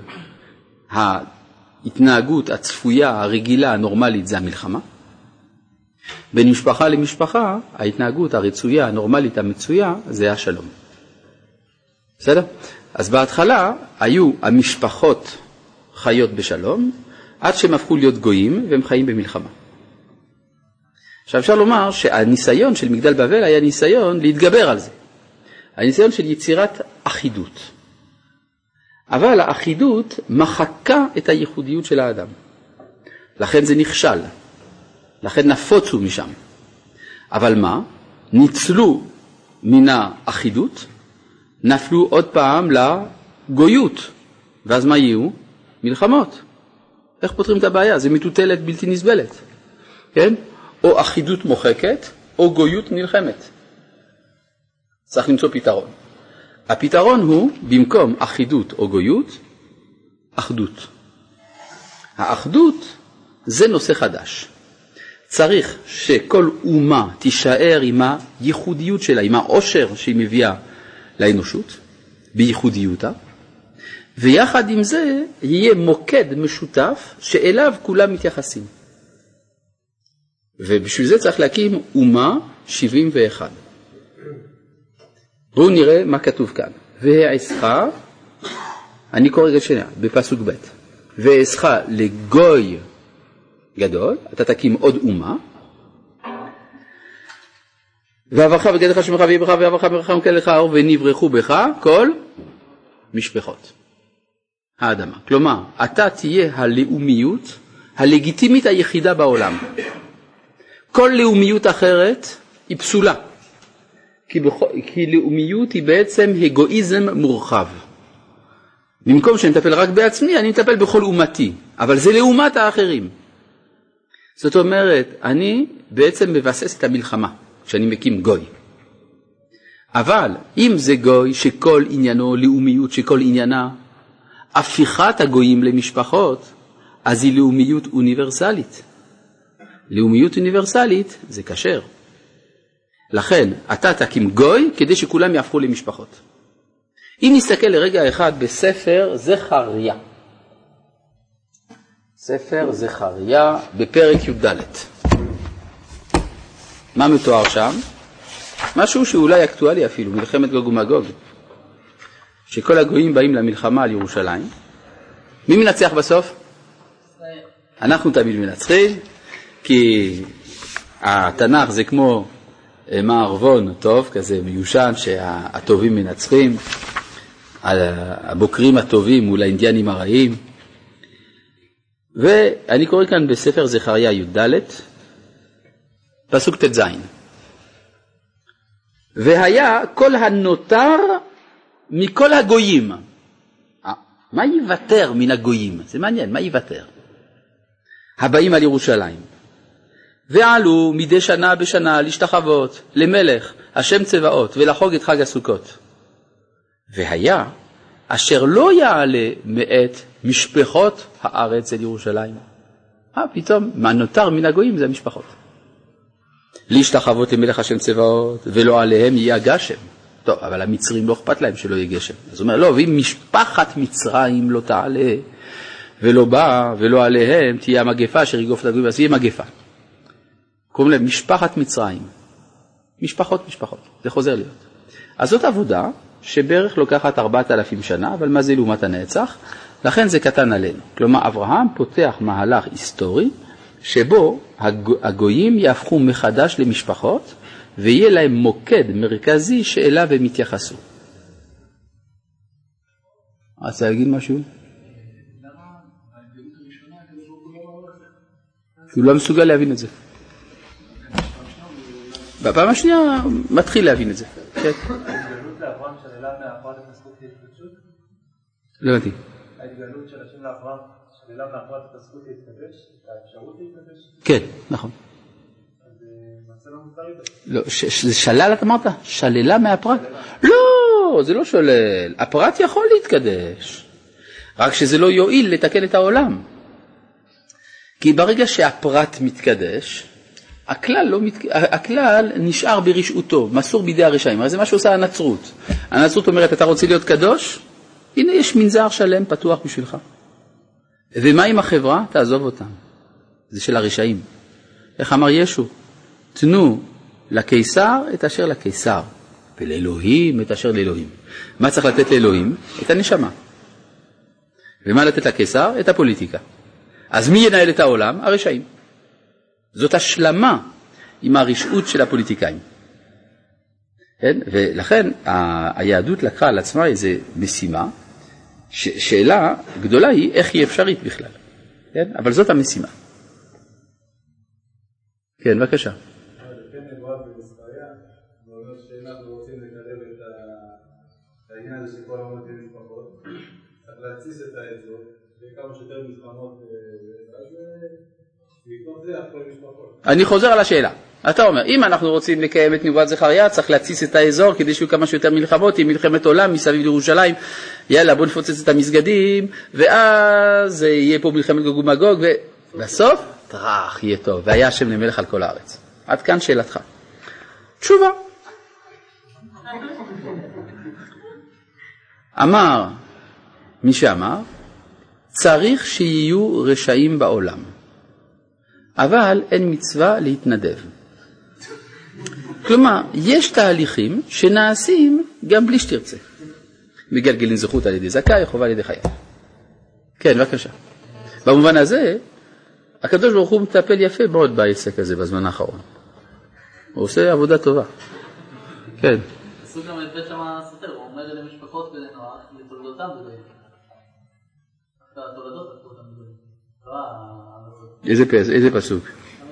ההתנהגות הצפויה, הרגילה, הנורמלית, זה המלחמה. בין משפחה למשפחה, ההתנהגות הרצויה, הנורמלית, המצויה, זה השלום. בסדר? אז בהתחלה היו המשפחות חיות בשלום, עד שהם הפכו להיות גויים והם חיים במלחמה. עכשיו אפשר לומר שהניסיון של מגדל בבל היה ניסיון להתגבר על זה. הניסיון של יצירת אחידות. אבל האחידות מחקה את הייחודיות של האדם. לכן זה נכשל. לכן נפוצו משם. אבל מה? ניצלו מן האחידות, נפלו עוד פעם לגויות. ואז מה יהיו? מלחמות. איך פותרים את הבעיה? זה מטוטלת בלתי נסבלת. כן? או אחידות מוחקת, או גויות נלחמת. צריך למצוא פתרון. הפתרון הוא, במקום אחידות או גויות, אחדות. האחדות זה נושא חדש. צריך שכל אומה תישאר עם הייחודיות שלה, עם העושר שהיא מביאה לאנושות, בייחודיותה, ויחד עם זה יהיה מוקד משותף שאליו כולם מתייחסים. ובשביל זה צריך להקים אומה 71. בואו נראה מה כתוב כאן. והעשך, אני קורא רגע שנייה, בפסוק ב', והעשך לגוי גדול, אתה תקים עוד אומה, ועברך וגדך שמך ויהיה בך ועברך ברך ומקל לך אור ונברחו בך כל משפחות האדמה. כלומר, אתה תהיה הלאומיות הלגיטימית היחידה בעולם. כל לאומיות אחרת היא פסולה. כי לאומיות היא בעצם אגואיזם מורחב. במקום שאני מטפל רק בעצמי, אני מטפל בכל אומתי. אבל זה לעומת האחרים. זאת אומרת, אני בעצם מבסס את המלחמה כשאני מקים גוי. אבל אם זה גוי שכל עניינו לאומיות, שכל עניינה הפיכת הגויים למשפחות, אז היא לאומיות אוניברסלית. לאומיות אוניברסלית זה כשר. לכן אתה תקים גוי כדי שכולם יהפכו למשפחות. אם נסתכל לרגע אחד בספר זכריה. ספר זכריה בפרק י"ד. מה מתואר שם? משהו שאולי אקטואלי אפילו, מלחמת גוג ומגוג. שכל הגויים באים למלחמה על ירושלים. מי מנצח בסוף? אנחנו תמיד מנצחים, כי התנ"ך זה כמו מערבון טוב, כזה מיושן, שהטובים מנצחים, הבוקרים הטובים מול האינדיאנים הרעים. ואני קורא כאן בספר זכריה י"ד, פסוק ט"ז. והיה כל הנותר מכל הגויים. מה יוותר מן הגויים? זה מעניין, מה יוותר? הבאים על ירושלים. ועלו מדי שנה בשנה להשתחוות למלך השם צבאות ולחוג את חג הסוכות. והיה אשר לא יעלה מאת משפחות הארץ אל ירושלים. פתאום מה נותר מן הגויים זה המשפחות. להשתחוות למלך השם צבאות ולא עליהם יהיה גשם. טוב, אבל המצרים לא אכפת להם שלא יהיה גשם. אז הוא אומר, לא, ואם משפחת מצרים לא תעלה ולא בא ולא עליהם תהיה המגפה אשר יגוף את הגויים, אז יהיה מגפה. קוראים להם משפחת מצרים. משפחות, זה חוזר להיות. אז זאת עבודה שבערך לוקחת 4,000 שנה, אבל מה זה לעומת הנצח? לכן זה קטן עלינו. כלומר, אברהם פותח מהלך היסטורי, שבו הגויים יהפכו מחדש למשפחות, ויהיה להם מוקד מרכזי שאליו הם יתייחסו. רוצה להגיד משהו? הוא לא מסוגל להבין את זה. בפעם השנייה מתחיל להבין את זה. ההתגלות לאברהם שללה מהפרט את הזכות להתקדשות? לא הבנתי. ההתגלות של השם לאברהם שללה מהפרט את הזכות להתקדש? את האפשרות להתקדש? כן, נכון. אז מצא לא מוסרי בזה. לא, זה שלל את אמרת? שללה מהפרט? לא, זה לא שולל. הפרט יכול להתקדש. רק שזה לא יועיל לתקן את העולם. כי ברגע שהפרט מתקדש, הכלל נשאר ברשעותו, מסור בידי הרשעים. הרי זה מה שעושה הנצרות. הנצרות אומרת, אתה רוצה להיות קדוש? הנה יש מנזר שלם פתוח בשבילך. ומה עם החברה? תעזוב אותם. זה של הרשעים. איך אמר ישו? תנו לקיסר את אשר לקיסר, ולאלוהים את אשר לאלוהים. מה צריך לתת לאלוהים? את הנשמה. ומה לתת לקיסר? את הפוליטיקה. אז מי ינהל את העולם? הרשעים. זאת השלמה עם הרשעות של הפוליטיקאים. כן? ולכן היהדות לקחה על עצמה איזו משימה, שאלה גדולה היא איך היא אפשרית בכלל. כן? אבל זאת המשימה. כן, בבקשה. כן, נבואה במספריה, ואומר שאנחנו רוצים לקרב את העניין הזה שכל העולם תהיה משפחות, צריך להציס את האזור, וכמה שיותר מלחמות, אני חוזר על השאלה. אתה אומר, אם אנחנו רוצים לקיים את נבואת זכריה, צריך להציס את האזור כדי שיהיו כמה שיותר מלחמות, עם מלחמת עולם מסביב לירושלים, יאללה בוא נפוצץ את המסגדים, ואז יהיה פה מלחמת גוג ומגוג, ובסוף טרח יהיה טוב, והיה השם למלך על כל הארץ. עד כאן שאלתך. תשובה. אמר, מי שאמר, צריך שיהיו רשעים בעולם. אבל אין מצווה להתנדב. כלומר, יש תהליכים שנעשים גם בלי שתרצה. מגלגלים זכות על ידי זכאי, חובה על ידי חייב. כן, בבקשה. במובן הזה, הקדוש ברוך הוא מטפל יפה מאוד בעסק הזה בזמן האחרון. הוא עושה עבודה טובה. כן. עשו גם את בית שמה סותר, הוא אומר למשפחות ולנוח, לתולדותם בגלל. התולדות עשו אותם בגלל. איזה פסוק?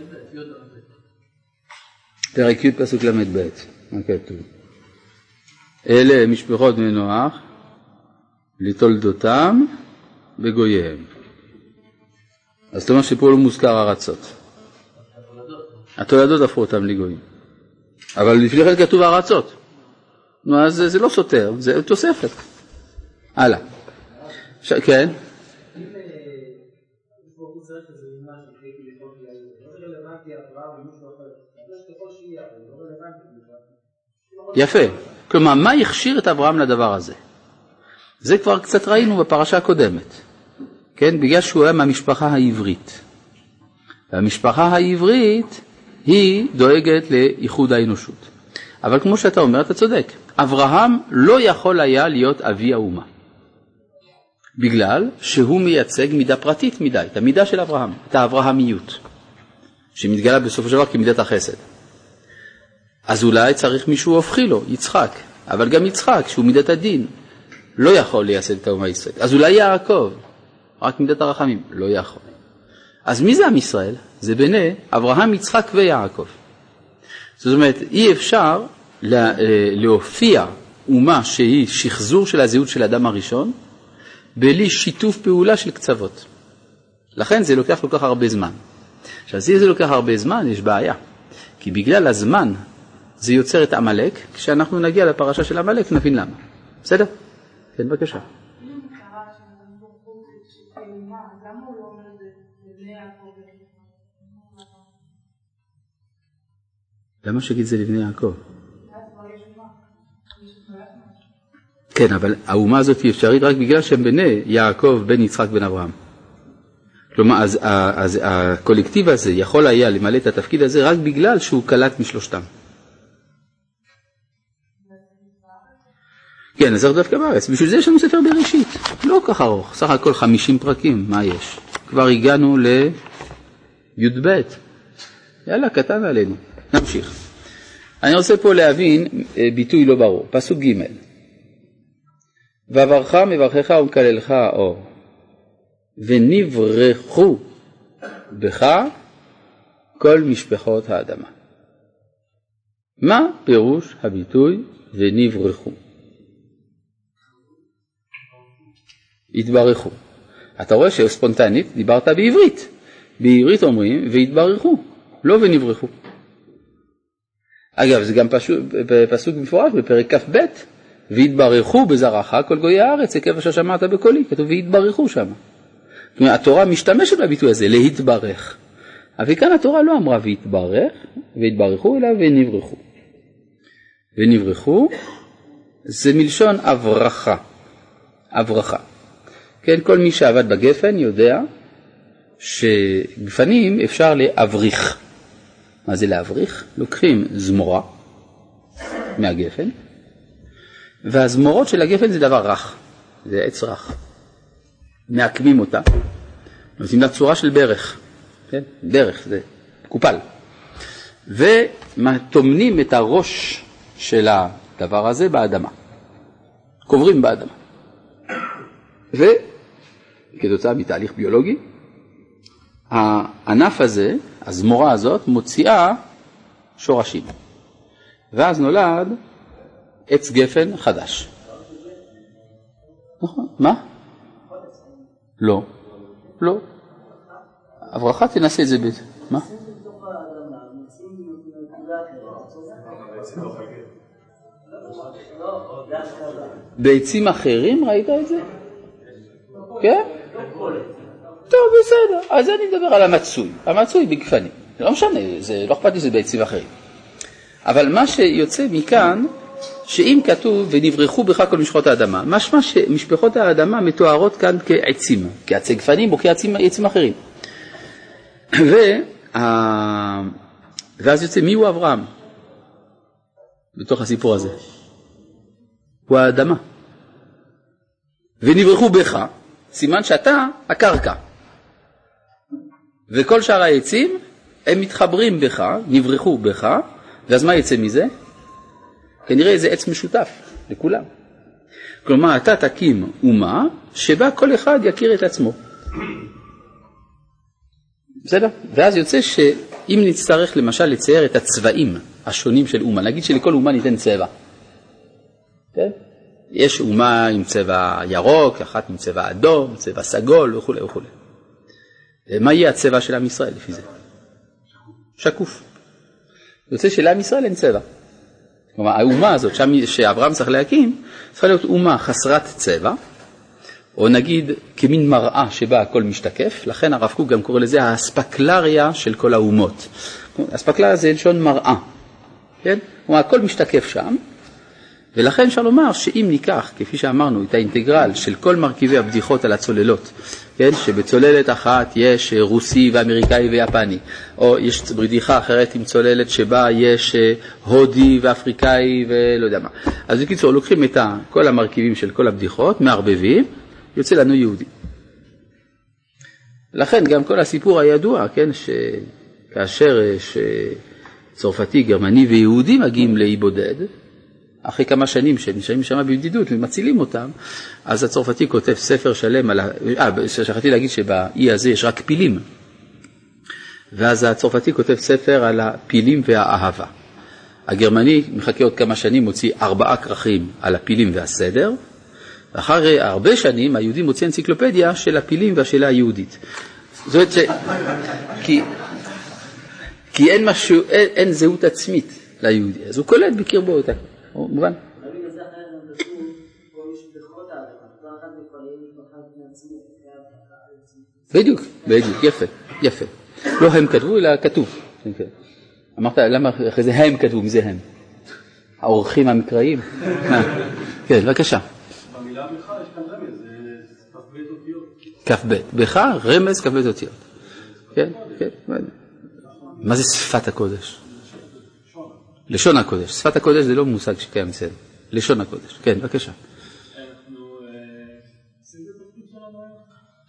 פרק י' פסוק ל"ב. מה כתוב? אלה משפחות בני נוח לתולדותם בגוייהם. אז זאת אומרת שפה לא מוזכר ארצות. התולדות הפכו אותם לגויים. אבל לפני כן כתוב ארצות. נו, אז זה לא סותר, זה תוספת. הלאה. כן? יפה. כלומר, מה יכשיר את אברהם לדבר הזה? זה כבר קצת ראינו בפרשה הקודמת. כן? בגלל שהוא היה מהמשפחה העברית. והמשפחה העברית היא דואגת לאיחוד האנושות. אבל כמו שאתה אומר, אתה צודק. אברהם לא יכול היה להיות אבי האומה. בגלל שהוא מייצג מידה פרטית מדי, את המידה של אברהם, את האברהמיות, שמתגלה בסופו של דבר כמידת החסד. אז אולי צריך מישהו הופכי לו, יצחק. אבל גם יצחק, שהוא מידת הדין, לא יכול לייסד את האומה הישראלית. אז אולי יעקב, רק מידת הרחמים, לא יכול. אז מי זה עם ישראל? זה בני אברהם, יצחק ויעקב. זאת אומרת, אי אפשר להופיע אומה שהיא שחזור של הזהות של האדם הראשון, בלי שיתוף פעולה של קצוות. לכן זה לוקח כל כך הרבה זמן. עכשיו, זה לוקח הרבה זמן, יש בעיה. כי בגלל הזמן זה יוצר את עמלק, כשאנחנו נגיע לפרשה של עמלק נבין למה. בסדר? כן, בבקשה. למה שגיד זה לבני יעקב? כן, אבל האומה הזאת היא אפשרית רק בגלל שהם בני יעקב, בן יצחק, בן אברהם. כלומר, אז הקולקטיב הזה יכול היה למלא את התפקיד הזה רק בגלל שהוא קלט משלושתם. כן, אז דווקא בארץ. בשביל זה יש לנו ספר בראשית. לא כך ארוך, סך הכל 50 פרקים, מה יש? כבר הגענו לי"ב. יאללה, קטן עלינו. נמשיך. אני רוצה פה להבין ביטוי לא ברור. פסוק ג' ועברך מברכך ומקללך אור ונברכו בך כל משפחות האדמה. מה פירוש הביטוי ונברכו? התברכו. אתה רואה שספונטנית דיברת בעברית. בעברית אומרים והתברכו, לא ונברכו. אגב, זה גם פסוק מפורש בפרק כ"ב, והתברכו בזרעך כל גויי הארץ, עקב אשר שמעת בקולי, כתוב והתברכו שם. זאת אומרת, התורה משתמשת בביטוי הזה, להתברך. אבל כאן התורה לא אמרה והתברכו, אלא ונברכו. ונברכו זה מלשון אברכה. אברכה. כן, כל מי שעבד בגפן יודע שגפנים אפשר להבריך. מה זה להבריך? לוקחים זמורה מהגפן, והזמורות של הגפן זה דבר רך, זה עץ רך. מעקמים אותה, נותנים לה צורה של ברך, כן? ברך, זה קופל. ותומנים את הראש של הדבר הזה באדמה. קוברים באדמה. וכתוצאה מתהליך ביולוגי, הענף הזה, הזמורה הזאת, מוציאה שורשים. ואז נולד עץ גפן חדש. נכון, מה? לא, לא. הברכה תנסה את זה בזה. מה? בעצים אחרים ראית את זה? כן? טוב, בסדר. אז אני מדבר על המצוי. המצוי בגפנים. זה לא משנה, זה לא אכפת לי שזה בעצים אחרים. אבל מה שיוצא מכאן, שאם כתוב ונברכו בך כל משפחות האדמה, משמע שמשפחות האדמה מתוארות כאן כעצים, כעצי גפנים או כעצים אחרים. ואז יוצא מי הוא אברהם? בתוך הסיפור הזה. הוא האדמה. ונברכו בך, סימן שאתה הקרקע. וכל שאר העצים הם מתחברים בך, נברכו בך, ואז מה יצא מזה? כנראה זה עץ משותף לכולם. כלומר, אתה תקים אומה שבה כל אחד יכיר את עצמו. בסדר? ואז יוצא שאם נצטרך למשל לצייר את הצבעים השונים של אומה, נגיד שלכל אומה ניתן צבע. כן? יש אומה עם צבע ירוק, אחת עם צבע אדום, צבע סגול וכו' וכו'. מה יהיה הצבע של עם ישראל לפי זה? שקוף. יוצא שלעם ישראל אין צבע. כלומר, האומה הזאת שאברהם צריך להקים, צריכה להיות אומה חסרת צבע, או נגיד כמין מראה שבה הכל משתקף, לכן הרב קוק גם קורא לזה האספקלריה של כל האומות. האספקלריה זה לשון מראה. כן? כלומר, הכל משתקף שם, ולכן אפשר לומר שאם ניקח, כפי שאמרנו, את האינטגרל של כל מרכיבי הבדיחות על הצוללות, כן? שבצוללת אחת יש רוסי ואמריקאי ויפני, או יש בדיחה אחרת עם צוללת שבה יש הודי ואפריקאי ולא יודע מה. אז בקיצור, לוקחים את כל המרכיבים של כל הבדיחות, מערבבים, יוצא לנו יהודי. לכן גם כל הסיפור הידוע, כן? שכאשר צרפתי, גרמני ויהודי מגיעים לאי בודד, אחרי כמה שנים שנשארים שם בבדידות ומצילים אותם, אז הצרפתי כותב ספר שלם על שכחתי להגיד שבאי הזה יש רק פילים. ואז הצרפתי כותב ספר על הפילים והאהבה. הגרמני מחכה עוד כמה שנים, מוציא 4 כרכים על הפילים והסדר, ואחרי הרבה שנים היהודי מוציא אנציקלופדיה של הפילים והשאלה היהודית. זאת אומרת כי אין משהו, אין זהות עצמית ליהודי, אז הוא קולט בקרבו אותה. מובן? בדיוק, יפה. לא הם כתבו, אלא כתוב. אמרת, למה אחרי זה הם כתבו, מזה הם? האורחים המקראיים? כן, בבקשה. במילה בך יש כאן רמז, זה כ"ב אותיות. כ"ב, בך רמז כ"ב אותיות. כן. מה זה שפת הקודש? לשון הקודש. שפת הקודש זה לא מושג שקיים אצלנו. לשון הקודש. כן, בבקשה.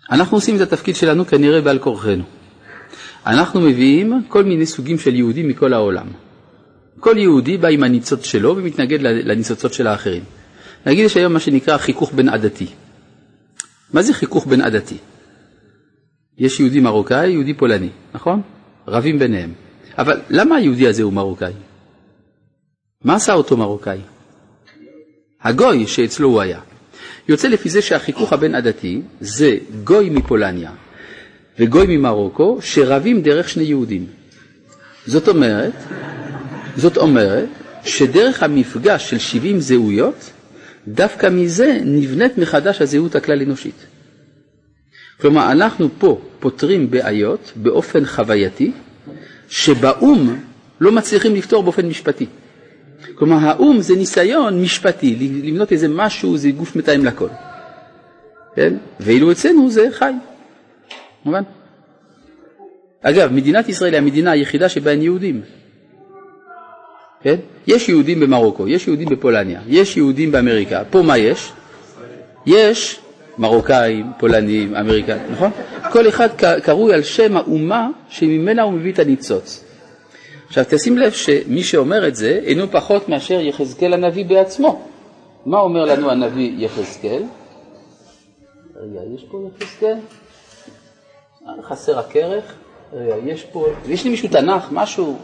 אנחנו עושים את התפקיד שלנו כנראה בעל כורחנו. אנחנו מביאים כל מיני סוגים של יהודים מכל העולם. כל יהודי בא עם הניצוץ שלו ומתנגד לניצוצות של האחרים. נגיד יש היום מה שנקרא חיכוך בין עדתי. מה זה חיכוך בין עדתי? יש יהודי מרוקאי, יהודי פולני, נכון? רבים ביניהם. אבל למה היהודי הזה הוא מרוקאי? מה עשה אותו מרוקאי? הגוי שאצלו הוא היה. יוצא לפי זה שהחיכוך הבין עדתי זה גוי מפולניה וגוי ממרוקו שרבים דרך שני יהודים. זאת אומרת שדרך המפגש של 70 זהויות, דווקא מזה נבנית מחדש הזהות הכלל אנושית. כלומר, אנחנו פה פותרים בעיות באופן חווייתי, שבאום לא מצליחים לפתור באופן משפטי. כלומר, האום זה ניסיון משפטי, לבנות איזה משהו, זה גוף מתאם לכל. כן? ואילו אצלנו זה חי. מובן? אגב, מדינת ישראל היא המדינה היחידה שבה אין יהודים. כן? יש יהודים במרוקו, יש יהודים בפולניה, יש יהודים באמריקה. פה מה יש? יש מרוקאים, פולנים, אמריקאים, נכון? כל אחד קרוי על שם האומה שממנה הוא מביא את הניצוץ. עכשיו תשים לב שמי שאומר את זה אינו פחות מאשר יחזקאל הנביא בעצמו. מה אומר לנו הנביא יחזקאל? רגע, יש פה יחזקאל? חסר הכרך? רגע, יש פה, יש לי מישהו תנ"ך, משהו?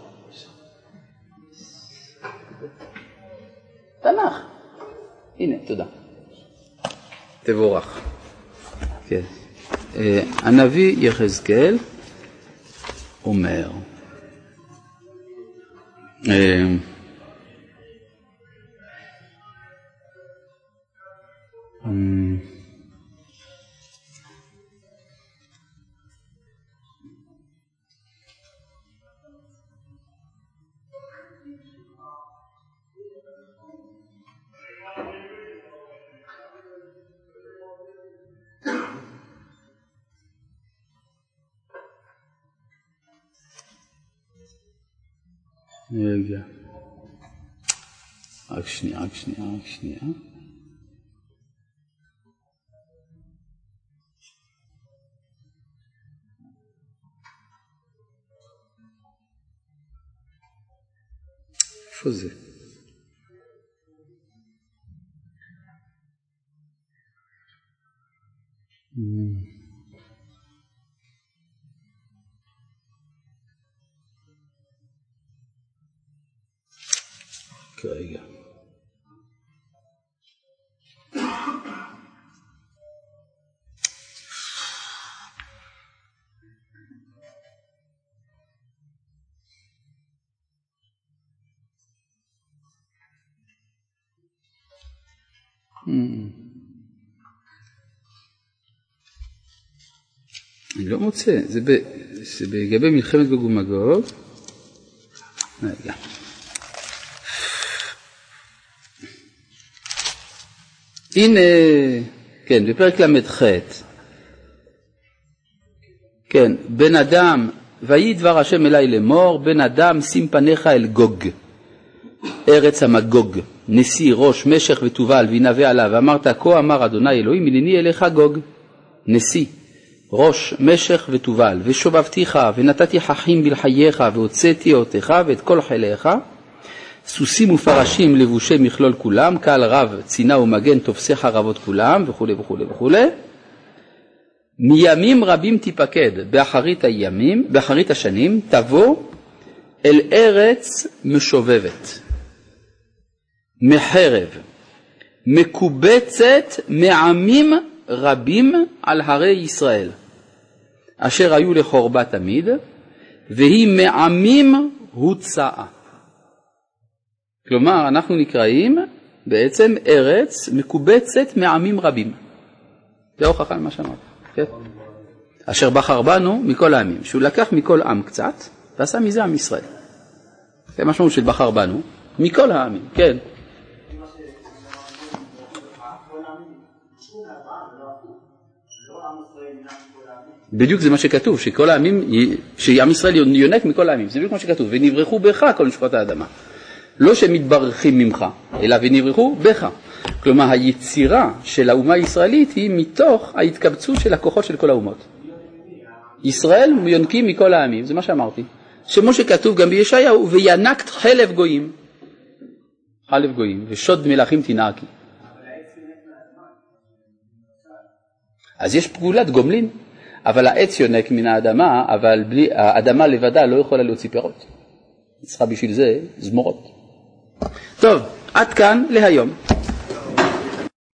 תנ"ך. הנה, תודה. תבורך. כן. הנביא יחזקאל אומר, רגע. רק שנייה. איפה זה? כרגע. אני לא מוצא, זה בגבי מלחמת גוג ומגוג. רגע. הנה, כן, בפרק למ"ח. כן, בן אדם, ויהי דבר השם אלי לאמור, בן אדם שים פניך אל גוג, ארץ המגוג, נשיא, ראש, משך ותובל, וינבא עליו, ואמרת, כה אמר אדוני אלוהים, הנני אליך גוג, נשיא, ראש, משך ותובל, ושובבתיך, ונתתי חכים בלחייך, והוצאתי אותך ואת כל חיליך, סוסים ופרשים לבושי מכלול כולם, קהל רב, צינה ומגן, תופסי חרבות כולם, וכו' וכו' וכו'. מימים רבים תיפקד באחרית השנים, תבוא אל ארץ משובבת, מחרב, מקובצת מעמים רבים על הרי ישראל, אשר היו לחורבה תמיד, והיא מעמים הוצאה. כלומר, אנחנו נקראים בעצם ארץ מקובצת מעמים רבים. זה הוכחה למה שאמרת. כן? אשר בחר בנו מכל העמים. שהוא לקח מכל עם קצת, ועשה מזה עם ישראל. זה משמעות של בחר בנו מכל העמים. כן. בדיוק זה מה שכתוב, שכל העמים, שעם ישראל יונק מכל העמים. זה בדיוק מה שכתוב. ונברחו בך כל נשמות האדמה. לא שמתברכים ממך, אלא ונברחו בך. כלומר, היצירה של האומה הישראלית היא מתוך ההתקבצות של הכוחות של כל האומות. ישראל יונקים מכל העמים, זה מה שאמרתי. כמו שכתוב גם בישעיהו, וינקת חלב גויים. חלב גויים, ושוד מלכים תנעקי. אז יש פגולת גומלין, אבל העץ יונק מן האדמה, אבל האדמה לבדה לא יכולה להוציא פירות. צריכה בשביל זה זמורות. טוב, עד כאן להיום.